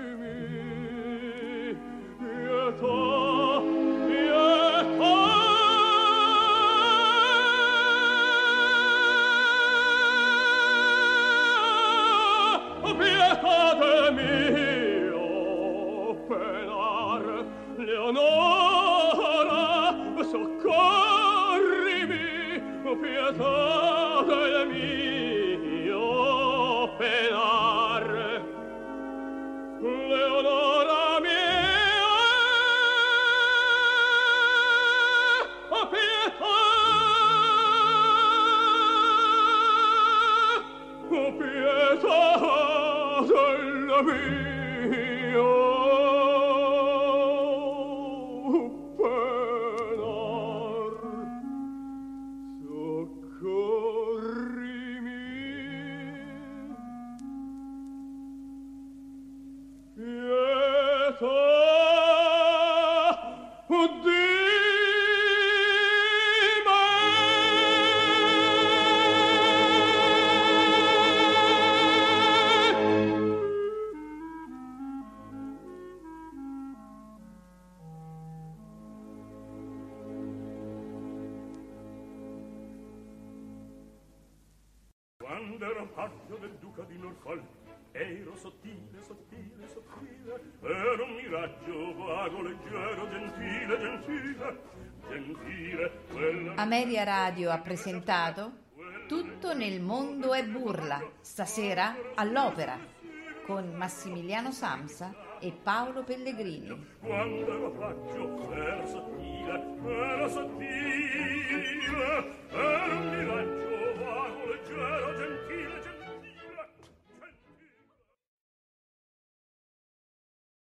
Pietà, pietà. pietà del mio penar, Leonora mia, pietà, pietà del mio penar, soccorrimi, pietà, di quando ero paggio del duca di Norfolk, ero sottile, sottile, sottile, ero un miraggio vago, leggero, gentile, gentile, gentile, quella...
Ameria Radio ha presentato Tutto nel mondo è burla, stasera all'Opera, con Massimiliano Samsa e Paolo Pellegrini.
Quando ero paggio, ero sottile,